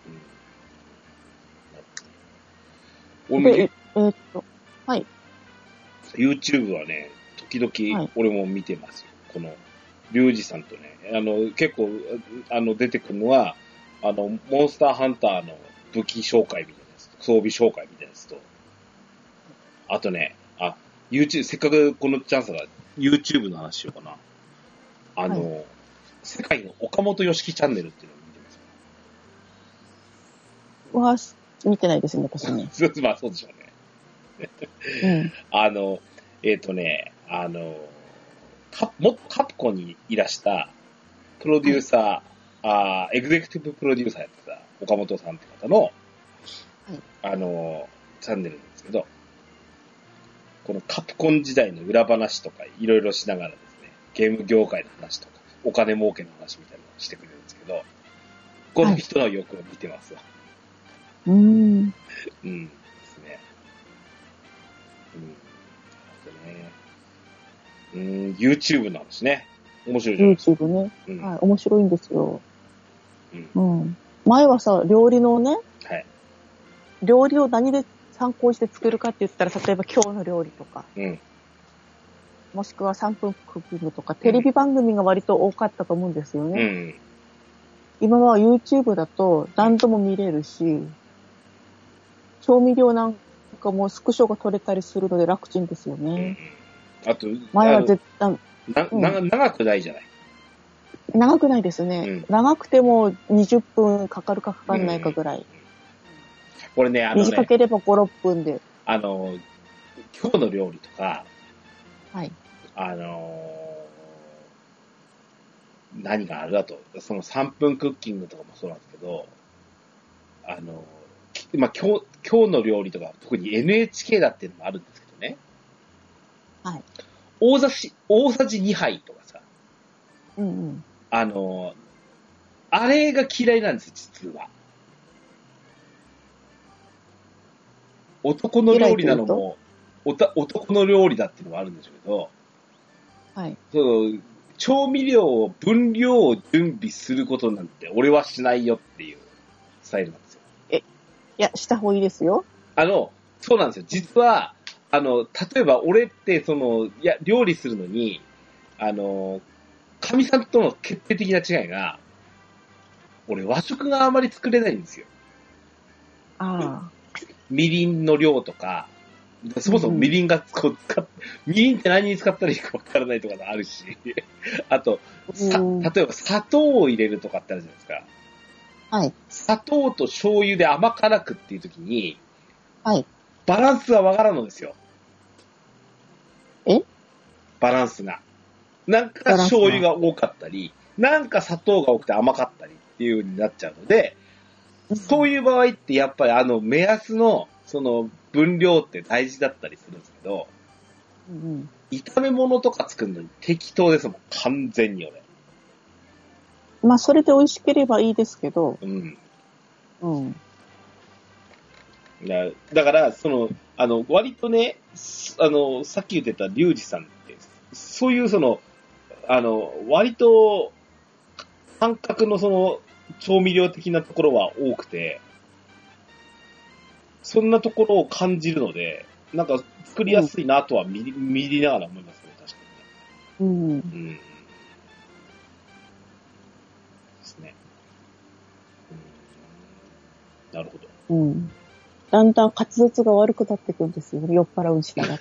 で、えー、っと、はい。 YouTube はね、時々俺も見てますよ。はい、この、リュウジさんとね、あの、結構、あの、出てくるのは、あの、モンスターハンターの武器紹介みたいなやつと、装備紹介みたいなやつと、あとね、あ、YouTube、せっかくこのチャンスが YouTube の話しようかな。あの、はい、世界の岡本良樹チャンネルっていうのを見てますか？わ、見てないですね、私ね。 まあそうでしょうね。うん、あの、えっ、ー、とね、あの、カもカプコンにいらしたプロデューサー、はい、あエグゼクティブプロデューサーやってた岡本さんって方の、はい、あの、チャンネルなんですけど、このカプコン時代の裏話とかいろいろしながらですね、ゲーム業界の話とか、お金儲けの話みたいなのをしてくれるんですけど、この人のよく見てますわ。 はい、うーん。 うん。ですね。うん。うん、YouTube なんですね。面白いじゃないですか。 YouTube ね。うん、はい、面白いんですよ。うん。うん、前はさ、料理のね、はい。料理を何で参考して作るかって言ったら、例えば今日の料理とか、うん、もしくはさんぷんクッキングとか、テレビ番組が割と多かったと思うんですよね。うん、今は YouTube だと何度も見れるし、調味料なんかもスクショが取れたりするので楽ちんですよね。 うん、あと、 前は絶対、 な、な、長くないじゃない。 長くないですね。うん、長くてもにじゅっぷんかかるかかかんないかぐらい。うん、 これね、あのね、 短ければご、ろっぷんで。 あの、今日の料理とか、 はい。 あのー、何があるだと、そのさんぷんクッキングとかもそうなんですけど、あの、まあ、今日、今日の料理とか、特に エヌエイチケー だっていうのもあるんですけどね。 はい。 大さじ、大さじにはいとかさ。 うんうん。 あの、あれが嫌いなんです、実は。男の料理なのも、おた男の料理だっていうのもあるんですけど、 はい。 そう、調味料を、分量を準備することなんて俺はしないよっていうスタイルなんですよ。 え、いや、した方がいいですよ。 あの、そうなんですよ。実は、あの、例えば俺って、その、いや、料理するのに、あの、かみさんとの決定的な違いが、俺和食があまり作れないんですよ。 ああ。 みりんの量とか、そもそもみりんがこう使っ、みりんって何に使ったらいいかわからないとかあるし、あと、さ、例えば砂糖を入れるとかってあるじゃないですか。 はい。 砂糖と醤油で甘辛くっていう時に、 はい。 バランスがわからんのですよ。 え？ バランスが。なんか醤油が多かったり、なんか砂糖が多くて甘かったりっていう風になっちゃうので、そういう場合ってやっぱりあの目安のその分量って大事だったりするんですけど、うん、炒め物とか作るのに適当ですもん、完全に俺。 まあそれで美味しければいいですけど。 うん。 うん。 だ, だから、その、あの、割とね、あの、さっき言ってたリュウジさんって、そういうその、あの、割と、感覚のその、調味料的なところは多くて、そんなところを感じるので、なんか作りやすいなとは見、うん、見りながら思いますね、確かにね。うん。うん。 ですね。うん、なるほど。 うん。だんだん滑舌が悪くなってくるんですよね、酔っ払ううちから。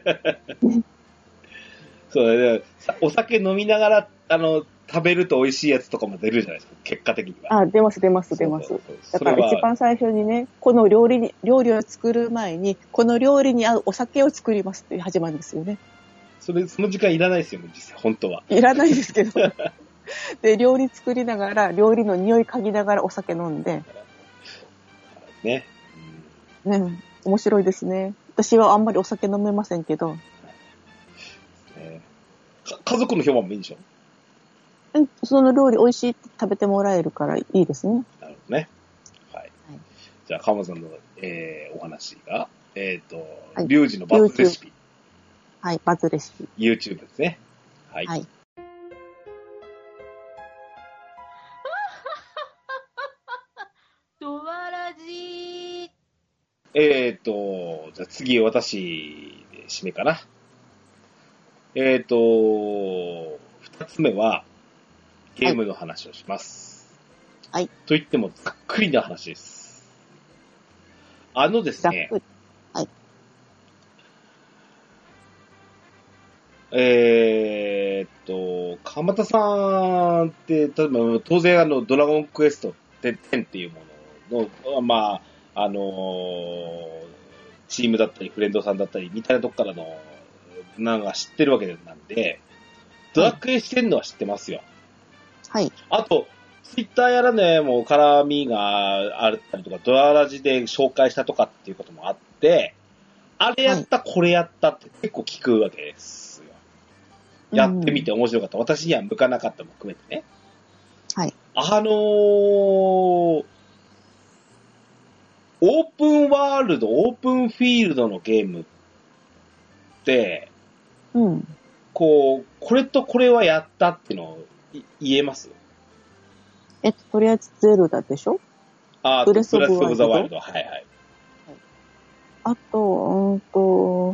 そうね、お酒飲みながら、あの、食べると美味しいやつとかも出るじゃないですか、結果的には。 あ、出ます出ます出ます。そうそうそう、だから一番最初にね、この料理に、料理を作る前に、この料理に合うお酒を作りますって始まるんですよね。 それ、その時間いらないですよね、実際、本当は。 いらないですけど。で、料理作りながら、料理の匂い嗅ぎながらお酒飲んで。 ね。 うん、ね、面白いですね。 私はあんまりお酒飲めませんけど。 えー、か家族の評判もいいんでしょ？ うん、その料理美味しいって食べてもらえるからいいですね。 なるほどね。はい。はい、じゃあ、川間さんの、えー、お話が、えっ、ー、と、はい、リュウジのバズレシピ。 はい、バズレシピ。 YouTube ですね。はい。はい、 ドワラジー。 えっ、ー、と、じゃあ次私で締めかな。えっ、ー、と、二つ目は、ゲームの話をします。 はい。 と言っても、ざっくりな話です。あのですね。 はい。 えー、っと、鎌田さんって、例えば、当然あの、ドラゴンクエストテンっていうものの、まあ、あのー、チームだったり、フレンドさんだったり、みたいなとこからの、なんか知ってるわけなんで、ドラクエしてんのは知ってますよ。 はい。 あと、ツイッターやらね、もう絡みがあったりとか、ドララジで紹介したとかっていうこともあって、あれやった、はい、これやったって結構聞くわけですよ。やってみて面白かった。うん、私には向かなかったも含めてね。 はい。 あのー、オープンワールド、オープンフィールドのゲームって、 うん。 こう、これとこれはやったっていうのを言えます？ えっと、とりあえずゼルダでしょ？ ああ、ブレスオブザワイルド。はいはい。はい、 あと、うんと、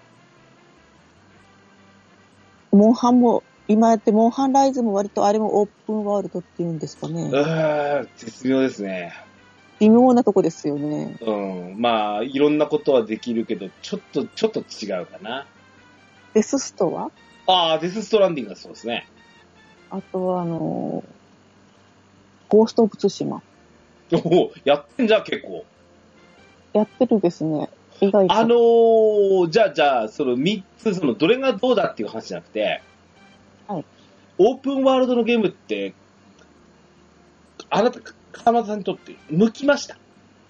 モンハンも、今やってモンハンライズも割とあれもオープンワールドっていうんですかね。 うーん、絶妙ですね。 微妙なとこですよね。 うん。まあ、いろんなことはできるけど、ちょっと、ちょっと違うかな。 デスストは？ ああ、デスストランディングがそうですね。 あとは、あのー、ゴーストオブツシマ。 おお、やってんじゃん、結構。 やってるですね。意外と。 あのー、じゃあ、じゃあ、そのみっつ、その、どれがどうだっていう話じゃなくて、 はい。 オープンワールドのゲームって、あなた、川又さんにとって向きました？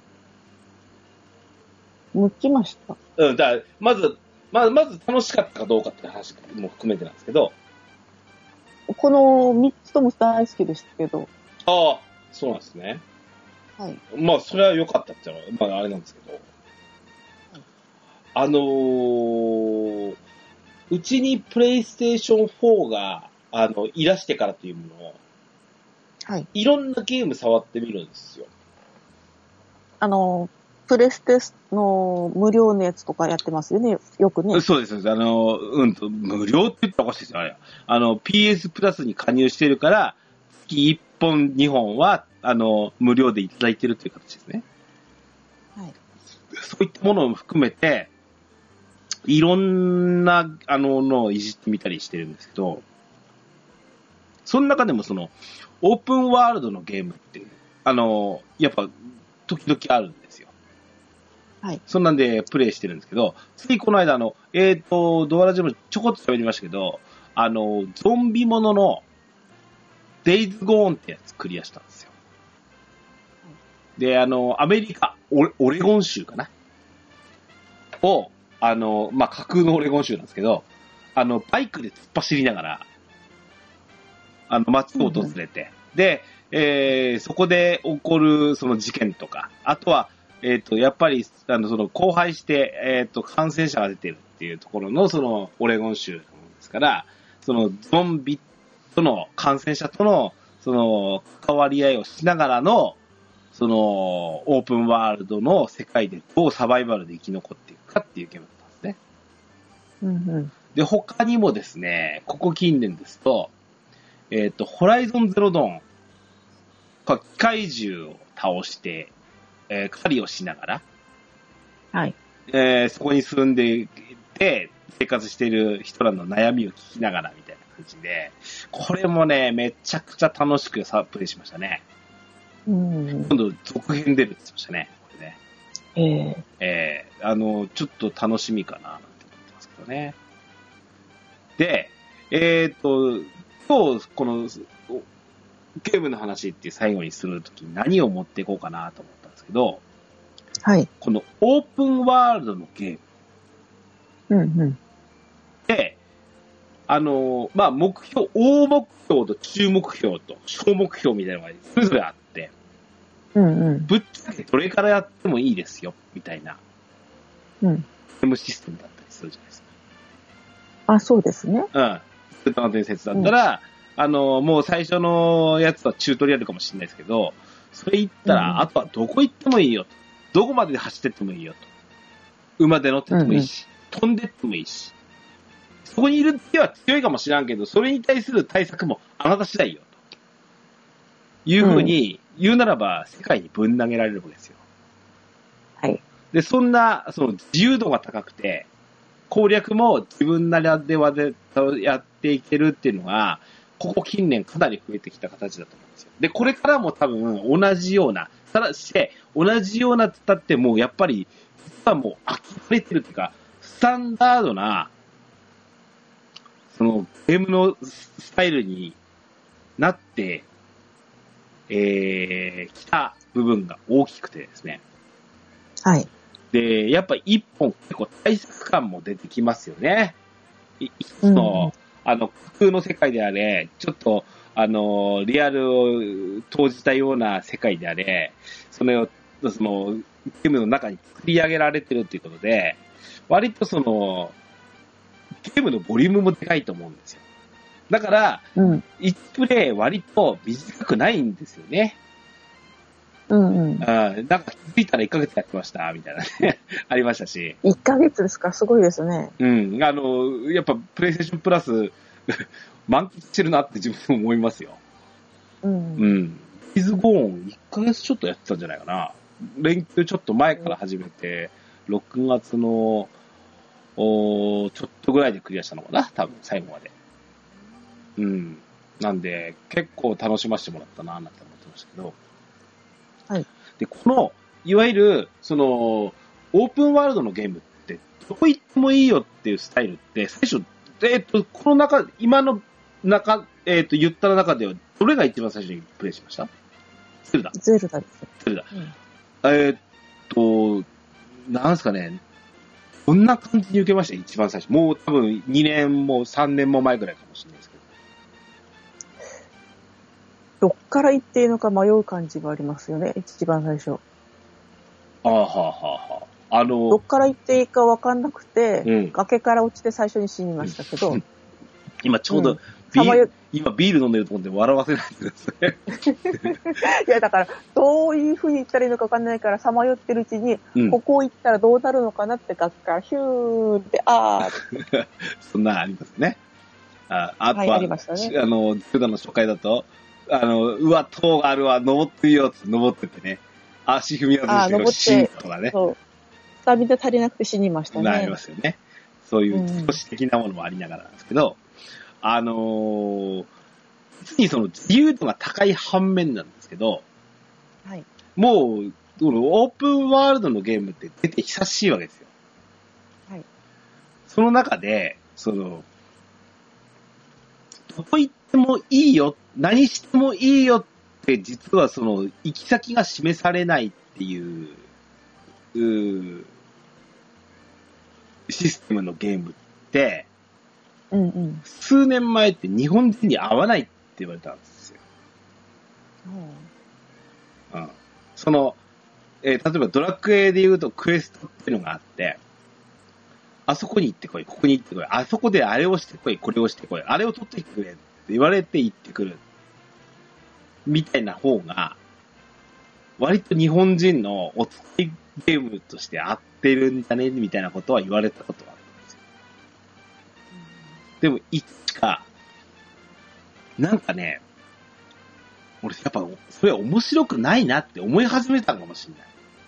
向きました。 うん、だから、まず、まず、まず楽しかったかどうかって話も含めてなんですけど。 このみっつとも大好きでしたけど。 ああ、そうなんですね。 はい。 まあ、それは良かったっていうのは、まあ、あれなんですけど。はい、あのー、うちにプレイステーションフォーが、あの、いらしてからというものを、 はい。 いろんなゲーム触ってみるんですよ。 あの、プレステの無料のやつとかやってますよね、よくね。 そうです。あの、うんと、無料って言ったらおかしいですよ、あれ。あの、ピーエス プラスに加入してるから、月いっぽん、にほんは、あの、無料でいただいてるという形ですね。 はい。 そういったものを含めて、いろんな、あの、のをいじってみたりしてるんですけど、その中でもその、オープンワールドのゲームって、あの、やっぱ、時々あるんですよ。 はい。 そんなんでプレイしてるんですけど、ついこの間、あの、えっ、ー、と、ドアラジオもちょこっと喋りましたけど、あの、ゾンビものの、デイズゴーンってやつクリアしたんですよ。で、あの、アメリカ、オレ、オレゴン州かなを、あの、まあ、架空のオレゴン州なんですけど、あの、バイクで突っ走りながら、あの、街を訪れて、うん、で、えー、そこで起こるその事件とか、あとは、えっ、ー、と、やっぱり、あの、その、荒廃して、えっ、ー、と、感染者が出てるっていうところの、その、オレゴン州ですから、その、ゾンビとの、感染者との、その、関わり合いをしながらの、その、オープンワールドの世界でどうサバイバルで生き残っていくかっていうゲームだったんですね。 うんうん。 で、他にもですね、ここ近年ですと、えっ、ー、と、ホライゾンゼロドーン、機械獣を倒して、えー、狩りをしながら、 はい。 えー、そこに住んでいて、生活している人らの悩みを聞きながらみたいな感じで、これもね、めちゃくちゃ楽しくサプレイしましたね。 うん。 今度続編出るって言ってましたね、これね。 えー、 えー、あの、ちょっと楽しみかな、なんて思ってますけどね。で、えっ、ー、と、今日、この、ゲームの話って最後にするときに何を持っていこうかなと思ったんですけど、 はい。 このオープンワールドのゲームっうんうん。 で、あの、まあ、目標、大目標と中目標と小目標みたいなのがそれぞれあって、 うんうん。 ぶっちゃけどれからやってもいいですよ、みたいな、 うん。 ゲームシステムだったりするじゃないですか。 あ、そうですね。 うん。スーパーの伝説だったら、うん、あの、もう最初のやつはチュートリアルかもしれないですけど、それ言ったら、うん、あとはどこ行ってもいいよと。どこまで走ってってもいいよと。馬で乗ってってもいいし、うんうん、飛んでってもいいし。そこにいる手は強いかもしれんけど、それに対する対策もあなた次第よと。いうふうに言うならば、世界にぶん投げられるわけですよ。 はい。 で、そんな、その自由度が高くて、攻略も自分ならではでやっていけるっていうのが、ここ近年かなり増えてきた形だと思うんですよ。で、これからも多分同じような、ただして、同じようなつったってもうやっぱり、実はもう飽きれてるっていうか、スタンダードな、そのゲームのスタイルになって、えー、来た部分が大きくてですね。 はい。 で、やっぱ一本結構対策感も出てきますよね。一つの、うん、あの、架空の世界であれ、ちょっと、あの、リアルを投じたような世界であれ、その、その、ゲームの中に作り上げられてるっていうことで、割とその、ゲームのボリュームもでかいと思うんですよ。だから、うん、いちプレイ割と短くないんですよね。 うんうん。 なんか気づいたらいっかげつやってました、みたいなね。ありましたし。 いっかげつですか？すごいですね。 うん。あの、やっぱプレイステーションプラス、満喫してるなって自分も思いますよ。うん。うん。イズゴーンいっかげつちょっとやってたんじゃないかな。連休ちょっと前から始めて、ろくがつの、おちょっとぐらいでクリアしたのかな、多分最後まで。うん。なんで、結構楽しませてもらったな、なんて思ってましたけど。 はい。 で、この、いわゆる、その、オープンワールドのゲームって、どこ行ってもいいよっていうスタイルって、最初、えっと、この中、今の中、えっと、言った中では、どれが一番最初にプレイしました？ゼルダ。 ゼルダです。 ゼルダ。うん、えっと、なんすかね、どんな感じに受けました？一番最初。もう多分にねんもさんねんも前ぐらいかもしれないですけど。 どっから行っていいのか迷う感じがありますよね、一番最初。 ああ、はあ、はあ、はあ。あの、 どっから行っていいか分かんなくて、うん、崖から落ちて最初に死にましたけど。うん、 今ちょうど、うん、ビール、今ビール飲んでると思って笑わせないでください。 いや、だから、どういう風に行ったらいいのか分かんないから、さまよってるうちに、うん、ここ行ったらどうなるのかなって崖からヒューって、あーそんなありますね。あ, あとは、 はい、ありましたね。 あの、ゼルダの初回だと、あの、うわ、塔があるわ、登ってみようって登ってってね。足踏み外してのシーンとかね。 そう。スタミナ足りなくて死にましたね。 なりますよね。そういう都市的なものもありながらなんですけど、うん、あのー、実にその自由度が高い反面なんですけど、 はい。 もう、オープンワールドのゲームって出て久しいわけですよ。 はい。 その中で、その、どこ行ってもいいよ、何してもいいよって実はその行き先が示されないっていう、うシステムのゲームって、 うんうん、 数年前って日本人に合わないって言われたんですよ。うんうん、その、えー、例えばドラクエで言うとクエストっていうのがあって、あそこに行ってこい、ここに行ってこい、あそこであれをしてこい、これをしてこい、あれを取ってきてくれって言われて行ってくる。みたいな方が、割と日本人のお使いゲームとして合ってるんだね、みたいなことは言われたことがあったんですよ。でも、いつか、なんかね、俺やっぱ、それは面白くないなって思い始めたのかもしれない。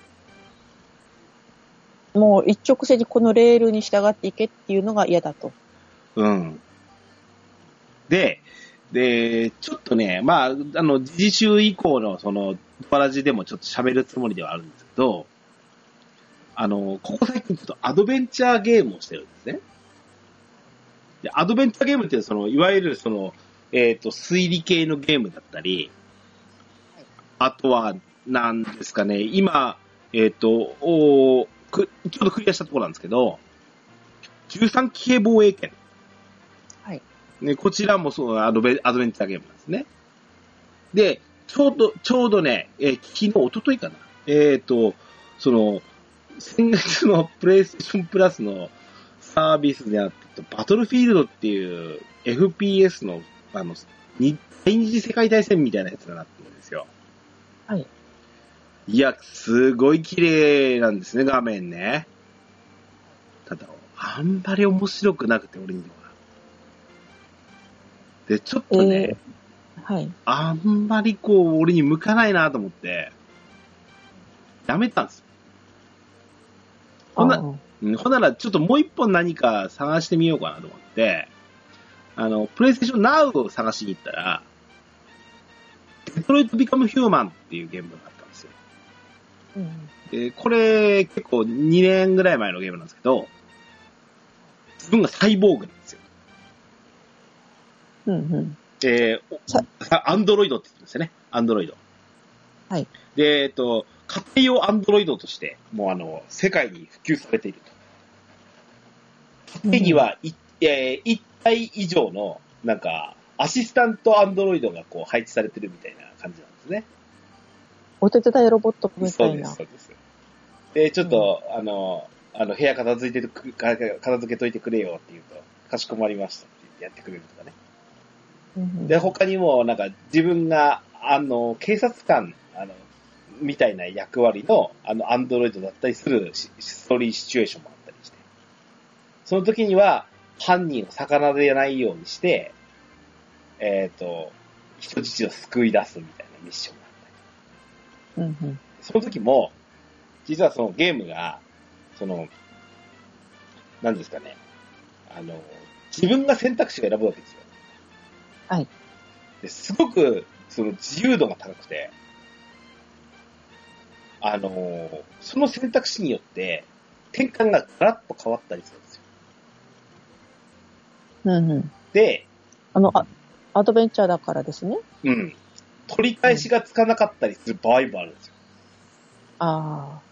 もう一直線にこのレールに従っていけっていうのが嫌だと。 うん。で、で、ちょっとね、まあ、あの、次週以降のその、パラジでもちょっと喋るつもりではあるんですけど、あの、ここ最近ちょっとアドベンチャーゲームをしてるんですね。で、アドベンチャーゲームってその、いわゆるその、えっと、推理系のゲームだったり、あとは、なんですかね、今、えっと、おちょっとクリアしたところなんですけど、 じゅうさん騎兵防衛権。 はい。 ね、こちらもそう、アドベ、アドベンチャーゲームなんですね。で、ちょうど、ちょうどね、えー、昨日、一昨日かな。えっ、ー、と、その、先月のプレイステーションプラスのサービスであったバトルフィールドっていう エフピーエス の、あの、第二次世界大戦みたいなやつがなってるんですよ。 はい。 いや、すごい綺麗なんですね、画面ね。ただ、あんまり面白くなくて、俺には。で、ちょっとね、 えー、はい。 あんまりこう、俺に向かないなと思って、やめたんですよ。ほんな、ほんなら、ちょっともう一本何か探してみようかなと思って、あの、プレイステーションナウを探しに行ったら、デトロイトビカムヒューマンっていうゲームがあったんですよ。うん、で、これ結構にねんぐらい前のゲームなんですけど、自分がサイボーグなんですよ。 うんうん。 えー、アンドロイドって言ってますよね。アンドロイド。 はい。 で、えっと、家庭用アンドロイドとして、もうあの、世界に普及されていると。家庭には、うん、えー、いち体以上の、なんか、アシスタントアンドロイドがこう配置されてるみたいな感じなんですね。 お手伝いロボットみたいな。 そうです、そうです。で、ちょっと、うん、あの、あの、部屋片付いてく、片付けといてくれよって言うと、かしこまりましたって言ってやってくれるとかね。うん、で、他にも、なんか、自分が、あの、警察官、あの、みたいな役割の、あの、アンドロイドだったりするストーリーシチュエーションもあったりして。その時には、犯人を魚でないようにして、えっ、ー、と、人質を救い出すみたいなミッションがあったり。うんうん、その時も、実はそのゲームが、その、何ですかね、あの、自分が選択肢を選ぶわけですよ。 はい。 ですごく、その自由度が高くて、あの、その選択肢によって、転換がガラッと変わったりするんですよ。 うんうん。 で、 あの、あ、アドベンチャーだからですね。 うん。取り返しがつかなかったりする場合もあるんですよ。 うん、ああ。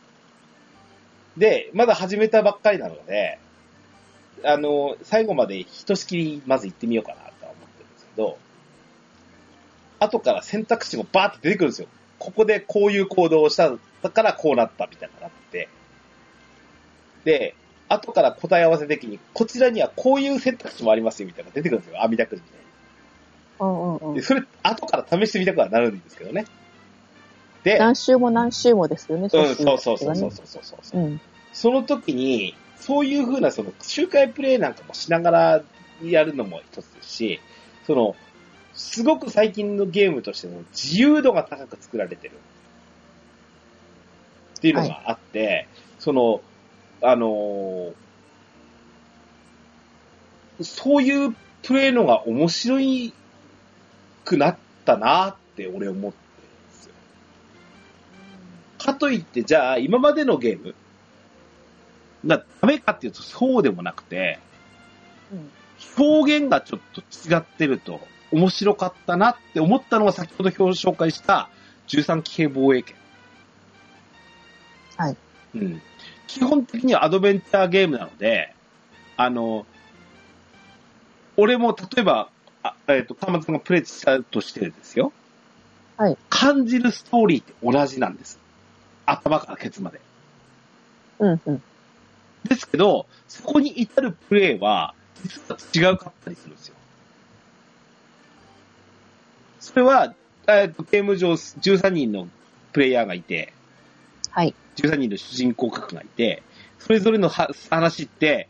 で、まだ始めたばっかりなので、あの、最後までひとしきりまず行ってみようかなとは思ってるんですけど、後から選択肢もバーって出てくるんですよ。ここでこういう行動をしたからこうなったみたいなのがあって。で、後から答え合わせ的に、こちらにはこういう選択肢もありますよみたいなのが出てくるんですよ。網だくじみたいに。 うんうんうん。 で、それ、後から試してみたくはなるんですけどね。で、 何周も何周もですよね。 うん、そうそうそうそうそうそうそう、うん。その時に、そういう風な、その、周回プレイなんかもしながらやるのも一つですし、その、すごく最近のゲームとしても自由度が高く作られてる。っていうのがあって、はい、その、あのー、そういうプレイのが面白いくなったなって俺思ってるんですよ。かといって、じゃあ今までのゲームがダメかっていうとそうでもなくて、うん、表現がちょっと違ってると面白かったなって思ったのが先ほど紹介したじゅうさん騎兵防衛権。 はい。 うん。基本的にはアドベンチャーゲームなので、あの、俺も例えば、あえっと、川松さんがプレイしたとしてですよ。 はい。 感じるストーリーって同じなんです。頭からケツまで。 うんうん。 ですけど、そこに至るプレイは、実は違うかったりするんですよ。それは、えっと、ゲーム上じゅうさんにんのプレイヤーがいて、 はい。 じゅうさんにんの主人公格がいて、それぞれの話って、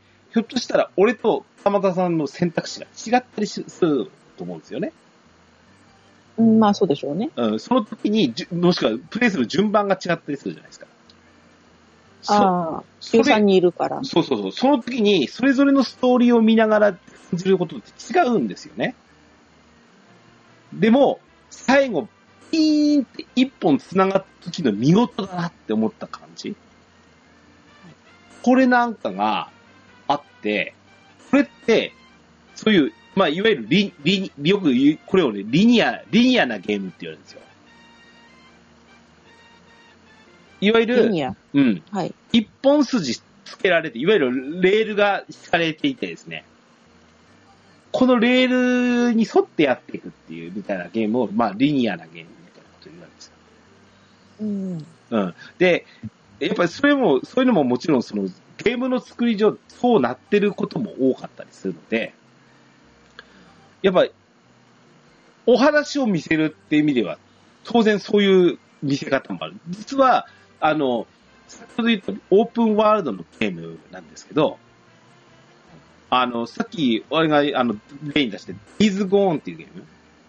ひょっとしたら俺と玉田さんの選択肢が違ったりすると思うんですよね。 うん、まあそうでしょうね。 うん、その時に、もしくはプレイする順番が違ったりするじゃないですか。 ああ、じゅうさんにんいるから。 そうそうそう。その時に、それぞれのストーリーを見ながら感じることって違うんですよね。でも、最後、ピーンって一本繋がった時の見事だなって思った感じ。これなんかがあって、これって、そういう、まあ、いわゆるリ、リ、よく言う、これをね、リニア、リニアなゲームって言われるんですよ。いわゆる、 リニア。 うん。 はい。 一本筋つけられて、いわゆるレールが敷かれていてですね、このレールに沿ってやっていくっていうみたいなゲームを、まあ、リニアなゲームみたいなことを言うんですよ。 うん。 うん。で、やっぱりそれも、そういうのももちろんそのゲームの作り上、そうなってることも多かったりするので、やっぱり、お話を見せるっていう意味では、当然そういう見せ方もある。実は、あの、先ほど言ったオープンワールドのゲームなんですけど、あの、さっき俺があの例に出して、Days Gone っていうゲーム。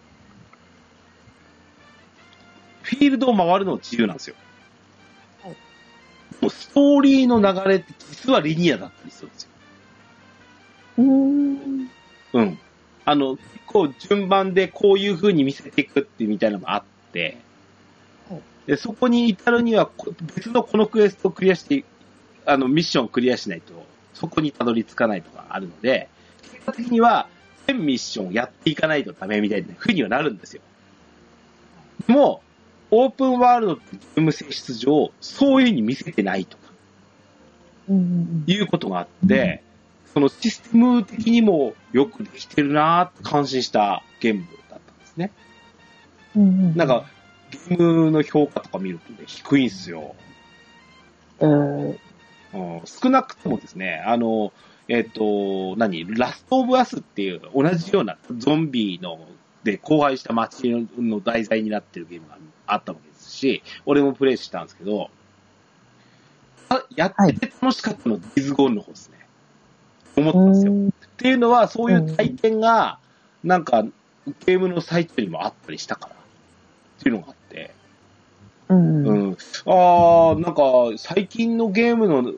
フィールドを回るの自由なんですよ。 はい。 もうストーリーの流れって実はリニアだったりするんですよ。 うーん。 うん。あの、結構順番でこういう風に見せていくってみたいなのがあって、 はい。 でそこに至るには別のこのクエストをクリアして、あの、ミッションをクリアしないと、そこにたどり着かないとかあるので、結果的には全ミッションをやっていかないとダメみたいな風にはなるんですよ。でも、オープンワールドってゲーム性質上、そういう風に見せてないとか、 うん。 いうことがあって、そのシステム的にもよくできてるなーって感心したゲームだったんですね。 うん。 なんか、ゲームの評価とか見るとね、低いんですよ。 えー、 うん、少なくともですね、あの、えっ、と、何ラストオブアスっていう同じようなゾンビので荒廃した街の題材になってるゲームがあったわけですし、俺もプレイしたんですけど、あやってて楽しかったのはディズゴーンの方ですね。思ったんですよ。っていうのは、そういう体験が、なんか、ゲームのサイトにもあったりしたから、っていうのがあって、 うん。 うん。ああ、なんか、最近のゲームのって、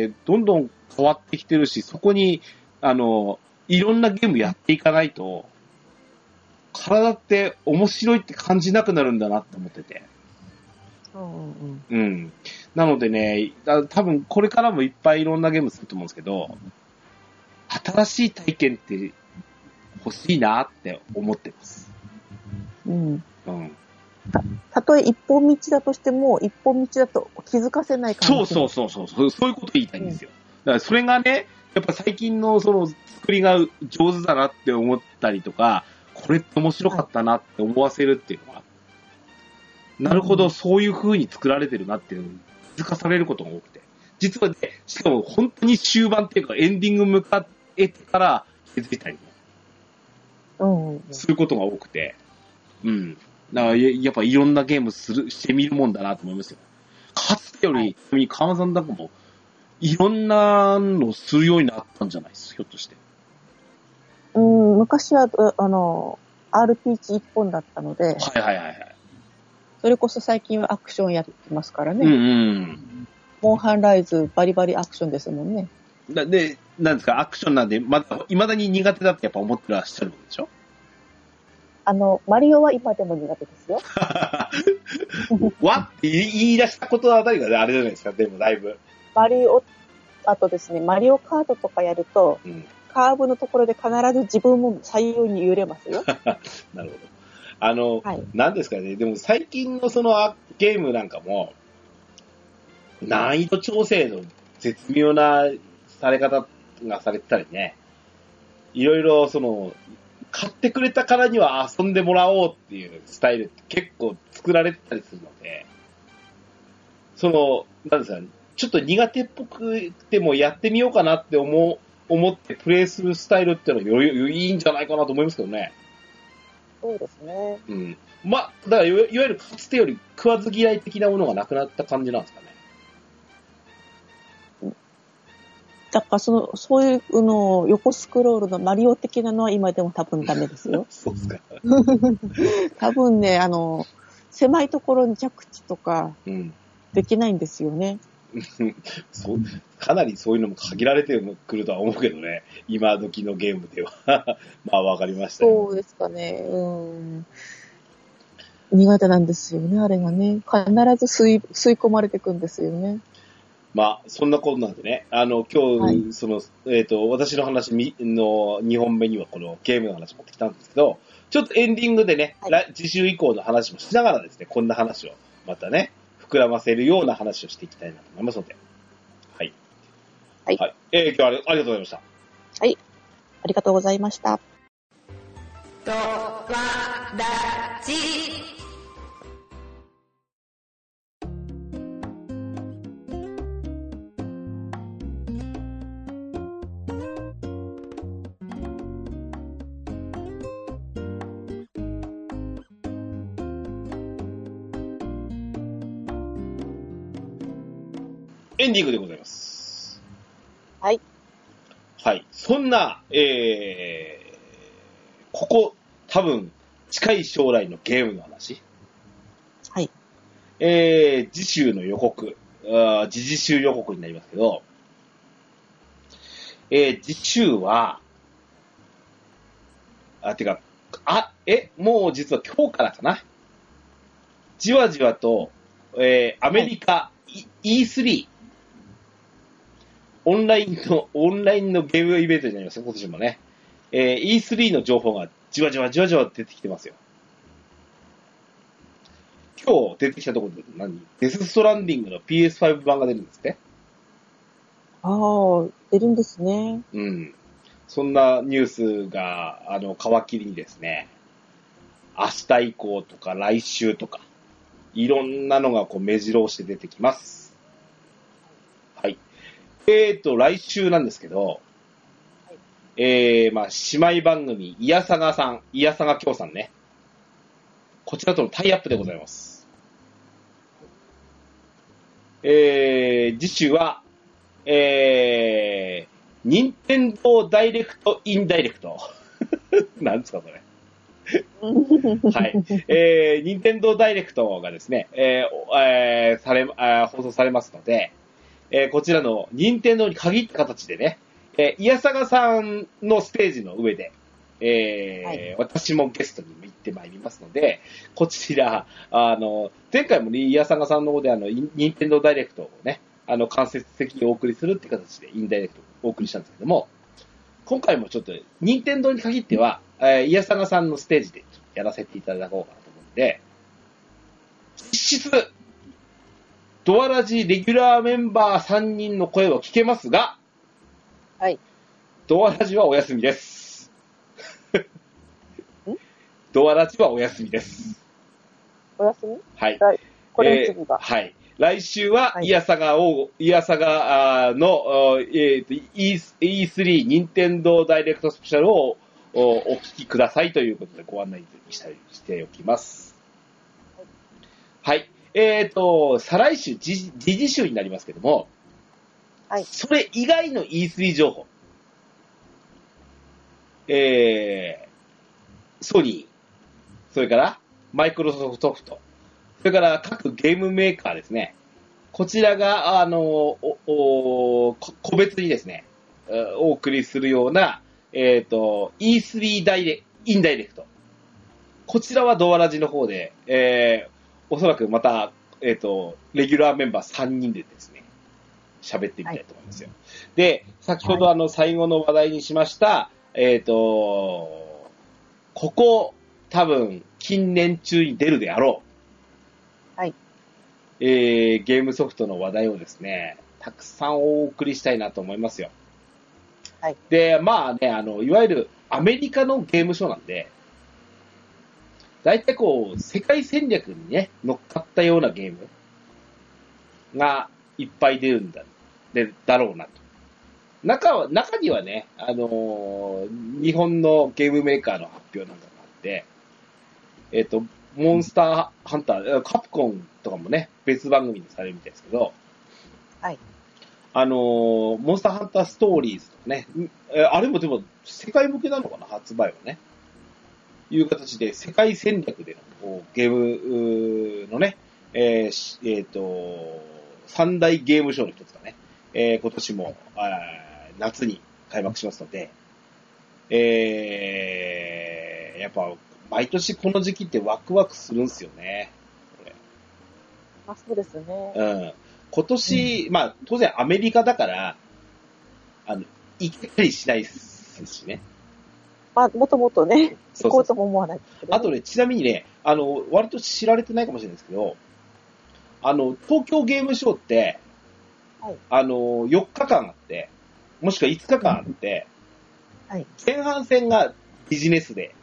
どんどん変わってきてるし、そこに、あの、いろんなゲームやっていかないと、体って面白いって感じなくなるんだなって思ってて。 うんうん。なのでね、多分これからもいっぱいいろんなゲームすると思うんですけど、新しい体験って欲しいなって思ってます。 うん。 うん。 た、たとえ一本道だとしても、一本道だと気づかせない感じ。 そうそうそうそう。そういうこと言いたいんですよ。だからそれがね、やっぱ最近のその作りが上手だなって思ったりとか、これって面白かったなって思わせるっていうのは、なるほど、そういう風に作られてるなっていうのに気づかされることが多くて。実はね、しかも本当に終盤っていうかエンディング向かってから気づいたりもすることが多くて。うん。だからやっぱいろんなゲームする、してみるもんだなと思いますよ。かつてより、ちなみに川間さんなんかも、いろんなのするようになったんじゃないですか、ひょっとして。 うん、昔は、あの、アールピージー 一本だったので、 はいはいはいはい。 それこそ最近はアクションやってますからね。 うんうん。 モンハンライズ、バリバリアクションですもんね。 で、なんですか、アクションなんで、まだ、未だに苦手だってやっぱ思ってらっしゃるわけでしょ？ あの、マリオは今でも苦手ですよ。 わって言い出したことあたりが、ね、あれじゃないですか、でもだいぶ。 マリオ、あとですね、マリオカートとかやると、うん、カーブのところで必ず自分も左右に揺れますよ。 なるほど。あの、はい、なんですかね、でも最近のそのゲームなんかも、難易度調整の絶妙なされ方がされてたりね、いろいろその、買ってくれたからには遊んでもらおうっていうスタイルって結構作られてたりするので、その、なんですかね、ちょっと苦手っぽくてもやってみようかなって思う、思ってプレイするスタイルっていうのはよりいいんじゃないかなと思いますけどね。 そうですね。 うん。まあ、だからいわゆるかつてより食わず嫌い的なものがなくなった感じなんですかね。 だからその、そういうの横スクロールのマリオ的なのは今でも多分ダメですよ。 そうですか。 多分ね、あの、狭いところに着地とか、できないんですよね。 うん、そうかなりそういうのも限られてくるとは思うけどね。今時のゲームでは。まあわかりましたよ。 そうですかね。うん。苦手なんですよね、あれがね。必ず吸い、吸い込まれていくんですよね。 まあ、そんなことなんでね、あの、今日、はい、その、えっと、私の話のにほんめにはこのゲームの話持ってきたんですけど、ちょっとエンディングでね、はい、次週以降の話もしながらですね、こんな話をまたね、膨らませるような話をしていきたいなと思いますので。はい。 はい。 はい。えー、今日はありがとうございました。 はい。ありがとうございました。 ドワラジエンディングでございます。 はい。 はい。そんな、えー、ここ、多分、近い将来のゲームの話。 はい。 えー、次週の予告、あ次々週予告になりますけど、えー、次週は、あ、てか、あ、え、もう実は今日からかな。じわじわと、えー、アメリカ、はい、イースリー、オンラインの、オンラインのゲームイベントになりますよ、今年もね。えー、イースリー の情報がじわじわじわじわ出てきてますよ。今日出てきたところで何デスストランディングの ピーエスファイブ 版が出るんですね。 ああ、出るんですね。 うん。そんなニュースが、あの、皮切りにですね、明日以降とか来週とか、いろんなのがこう目白押して出てきます。はい。えーと、来週なんですけど、はい、えー、まあ、姉妹番組、いやさがさん、いやさがきょうさんね。こちらとのタイアップでございます。えー、次週は、えー、任天堂ダイレクトインダイレクト。なんですか、それ。はい。えー、任天堂ダイレクトがですね、えーえー、され、放送されますので、えー、こちらの任天堂に限った形でね、えー、いやさがさんのステージの上で、えーはい、私もゲストに行ってまいりますので、こちら、あの、前回もね、いやさがさんの方であの、任天堂ダイレクトをね、あの、間接的にお送りするって形でインダイレクトをお送りしたんですけども、今回もちょっと、任天堂に限っては、えー、いやさがさんのステージでやらせていただこうかなと思うので、実質、ドアラジレギュラーメンバーさんにんの声は聞けますが、 はい。 ドアラジはお休みです。ドアラジはお休みです。 お休み？ はい。 これ次が、 えー。はい。来週は、イヤサガを、イヤサガの、えーと、イースリー 任天堂ダイレクトスペシャルをお聞きくださいということでご案内したりしておきます。はい。はい、えっ、ー、と、再来週、時事週になりますけども、はい。それ以外の イースリー 情報。えー、ソニー、それから、マイクロソフト、それから各ゲームメーカーですね。こちらが、あの、おお個別にですね、お送りするような、えっ、ー、と、イースリー ダイレ、インダイレクト。こちらはドアラジの方で、えー、おそらくまた、えっ、ー、と、レギュラーメンバーさんにんでですね、喋ってみたいと思いますよ。はい、で、先ほどあの、最後の話題にしました、えっ、ー、と、ここ、多分、近年中に出るであろう。はい。 えー、ゲームソフトの話題をですね、たくさんお送りしたいなと思いますよ。 はい。 で、まあね、あの、いわゆるアメリカのゲームショーなんで、大体こう、世界戦略にね、乗っかったようなゲームがいっぱい出るんだ、で、だろうなと。中は、中にはね、あのー、日本のゲームメーカーの発表なんかがあって、えっと、モンスターハンター、カプコンとかもね、別番組でされるみたいですけど、 はい。 あのー、モンスターハンターストーリーズとかね、あれもでも世界向けなのかな、発売はね。いう形で世界戦略でのゲームのね、えー、えっ、ー、と、三大ゲームショーの一つがね、えー、今年も、夏に開幕しますので、えー、やっぱ、毎年この時期ってワクワクするんですよね。これあ、そうですね。 うん。今年、うん、まあ、当然アメリカだから、あの、行けたりしないですしね。 まあ、もともとね、行こうとも思わないですけど、ね。 あとね、ちなみにね、あの、割と知られてないかもしれないですけど、あの、東京ゲームショウって、はい、あの、よっかかんあって、 もしくはいつかかんあって、 はい、 前半戦がビジネスで、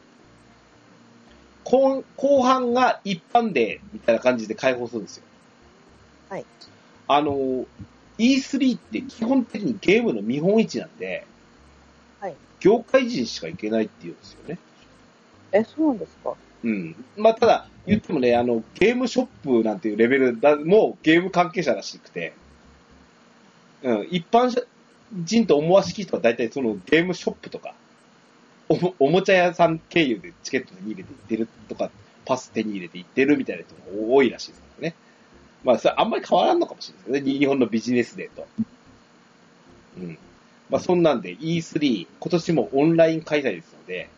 後, 後半が一般で、みたいな感じで開放するんですよ。 はい。 あの、イースリー って基本的にゲームの見本市なんで、 はい。 業界人しか行けないっていうんですよね。 え、そうなんですか？ うん。まあ、ただ、言ってもね、あの、ゲームショップなんていうレベルだもゲーム関係者らしくて、うん、一般人と思わしき人は大体そのゲームショップとか、おも、おもちゃ屋さん経由でチケット手に入れて行ってるとか、パス手に入れて行ってるみたいな人が多いらしいですからね。まあ、それあんまり変わらんのかもしれないですね。日本のビジネスデーと。うん。まあ、そんなんで イースリー、今年もオンライン開催ですので、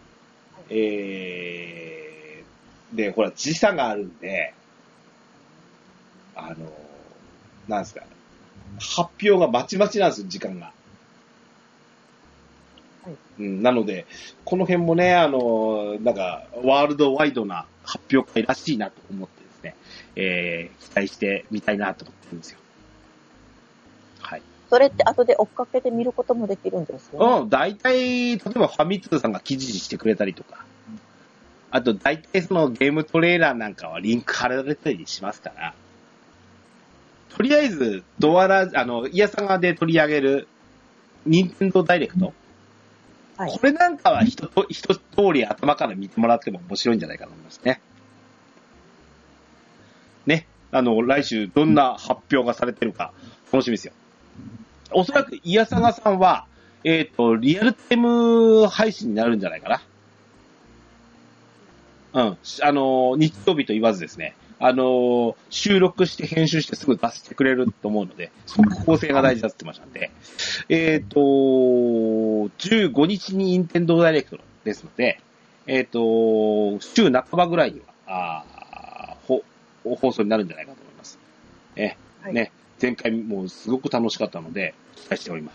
えー、で、ほら、時差があるんで、あの、なんですか、発表がまちまちなんですよ、時間が。はい、うん、なので、この辺もね、あの、なんか、ワールドワイドな発表会らしいなと思ってですね、えー、期待してみたいなと思ってるんですよ。はい。 それって後で追っかけて見ることもできるんですよね。 うん、大体、例えばファミ通さんが記事にしてくれたりとか、あと大体そのゲームトレーラーなんかはリンク貼られたりしますから、とりあえず、ドアラ、あの、イヤサガで取り上げる、ニンテンドーダイレクト、はい、これなんかは一と一通り頭から見てもらっても面白いんじゃないかと思いますね。ね。あの、来週どんな発表がされてるか楽しみですよ。おそらくイヤサガさんは、えっと、リアルタイム配信になるんじゃないかな。うん。あの、日曜日と言わずですね。あの、収録して編集してすぐ出してくれると思うので、速報性が大事だって言ってましたんで、えっと、じゅうごにちに任天堂ダイレクトですので、えっと、週半ばぐらいには、あほ放送になるんじゃないかと思います。え、はい、ね、前回もすごく楽しかったので、期待しております。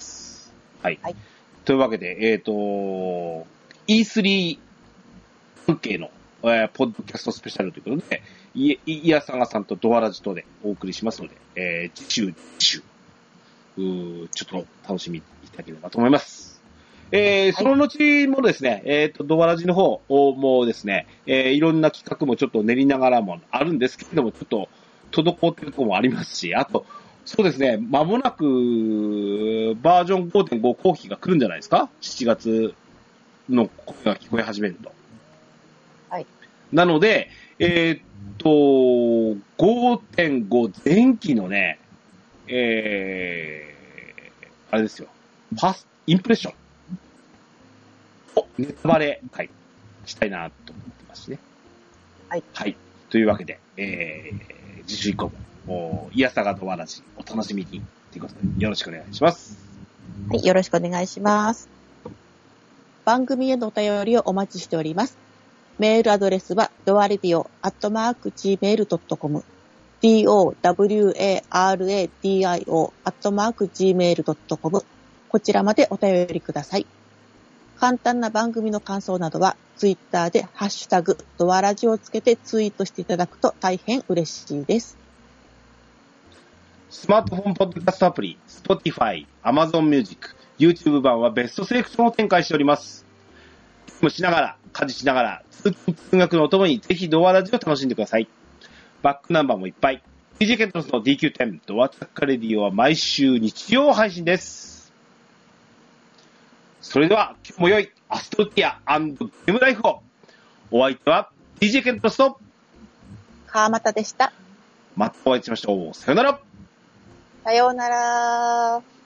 はい。はい、というわけで、えっと、イースリー 関係のえー、ポッドキャストスペシャルということで、い、いやさがさんとドアラジとでお送りしますので、えー、次週、次週、うーちょっと楽しみいただければと思います。えー、その後もですね、えっと、ドアラジの方もですね、えー、いろんな企画もちょっと練りながらもあるんですけれども、ちょっと滞っているところもありますし、あと、そうですね、間もなく、バージョン ごてんご 後期が来るんじゃないですか ?しちがつの声が聞こえ始めると。 はい。 なので、えー、っと、ごてんご 前期のね、えー、あれですよ。ファースト、インプレッション。お、ネタバレ、はい、したいなと思ってますね。 はい。 はい。というわけで、えー、次週以降も、イヤサガとわらじ、お楽しみに。ということで、よろしくお願いします。 はい、よろしくお願いします。番組へのお便りをお待ちしております。メールアドレスは、ドアレディオ、アットマーク、ジーメールドットコム、ドワラディオ、アットマーク、ジーメールドットコム、こちらまでお便りください。簡単な番組の感想などは、ツイッターで、ハッシュタグ、ドアラジをつけてツイートしていただくと大変嬉しいです。 スマートフォンポッドキャストアプリ、Spotify、Amazon Music、YouTube 版はベストセレクションを展開しております。しながら、家事しながら、通勤通学のお供にぜひドアラジを楽しんでください。バックナンバーもいっぱい。ディージェー ケントロスの ディーキューテン ドアチャッカレディオは毎週日曜配信です。それでは、今日も良いアストルティア&ゲームライフを。お相手は ディージェー ケントロスと川又でした。 またお会いしましょう。さよなら。 さようなら。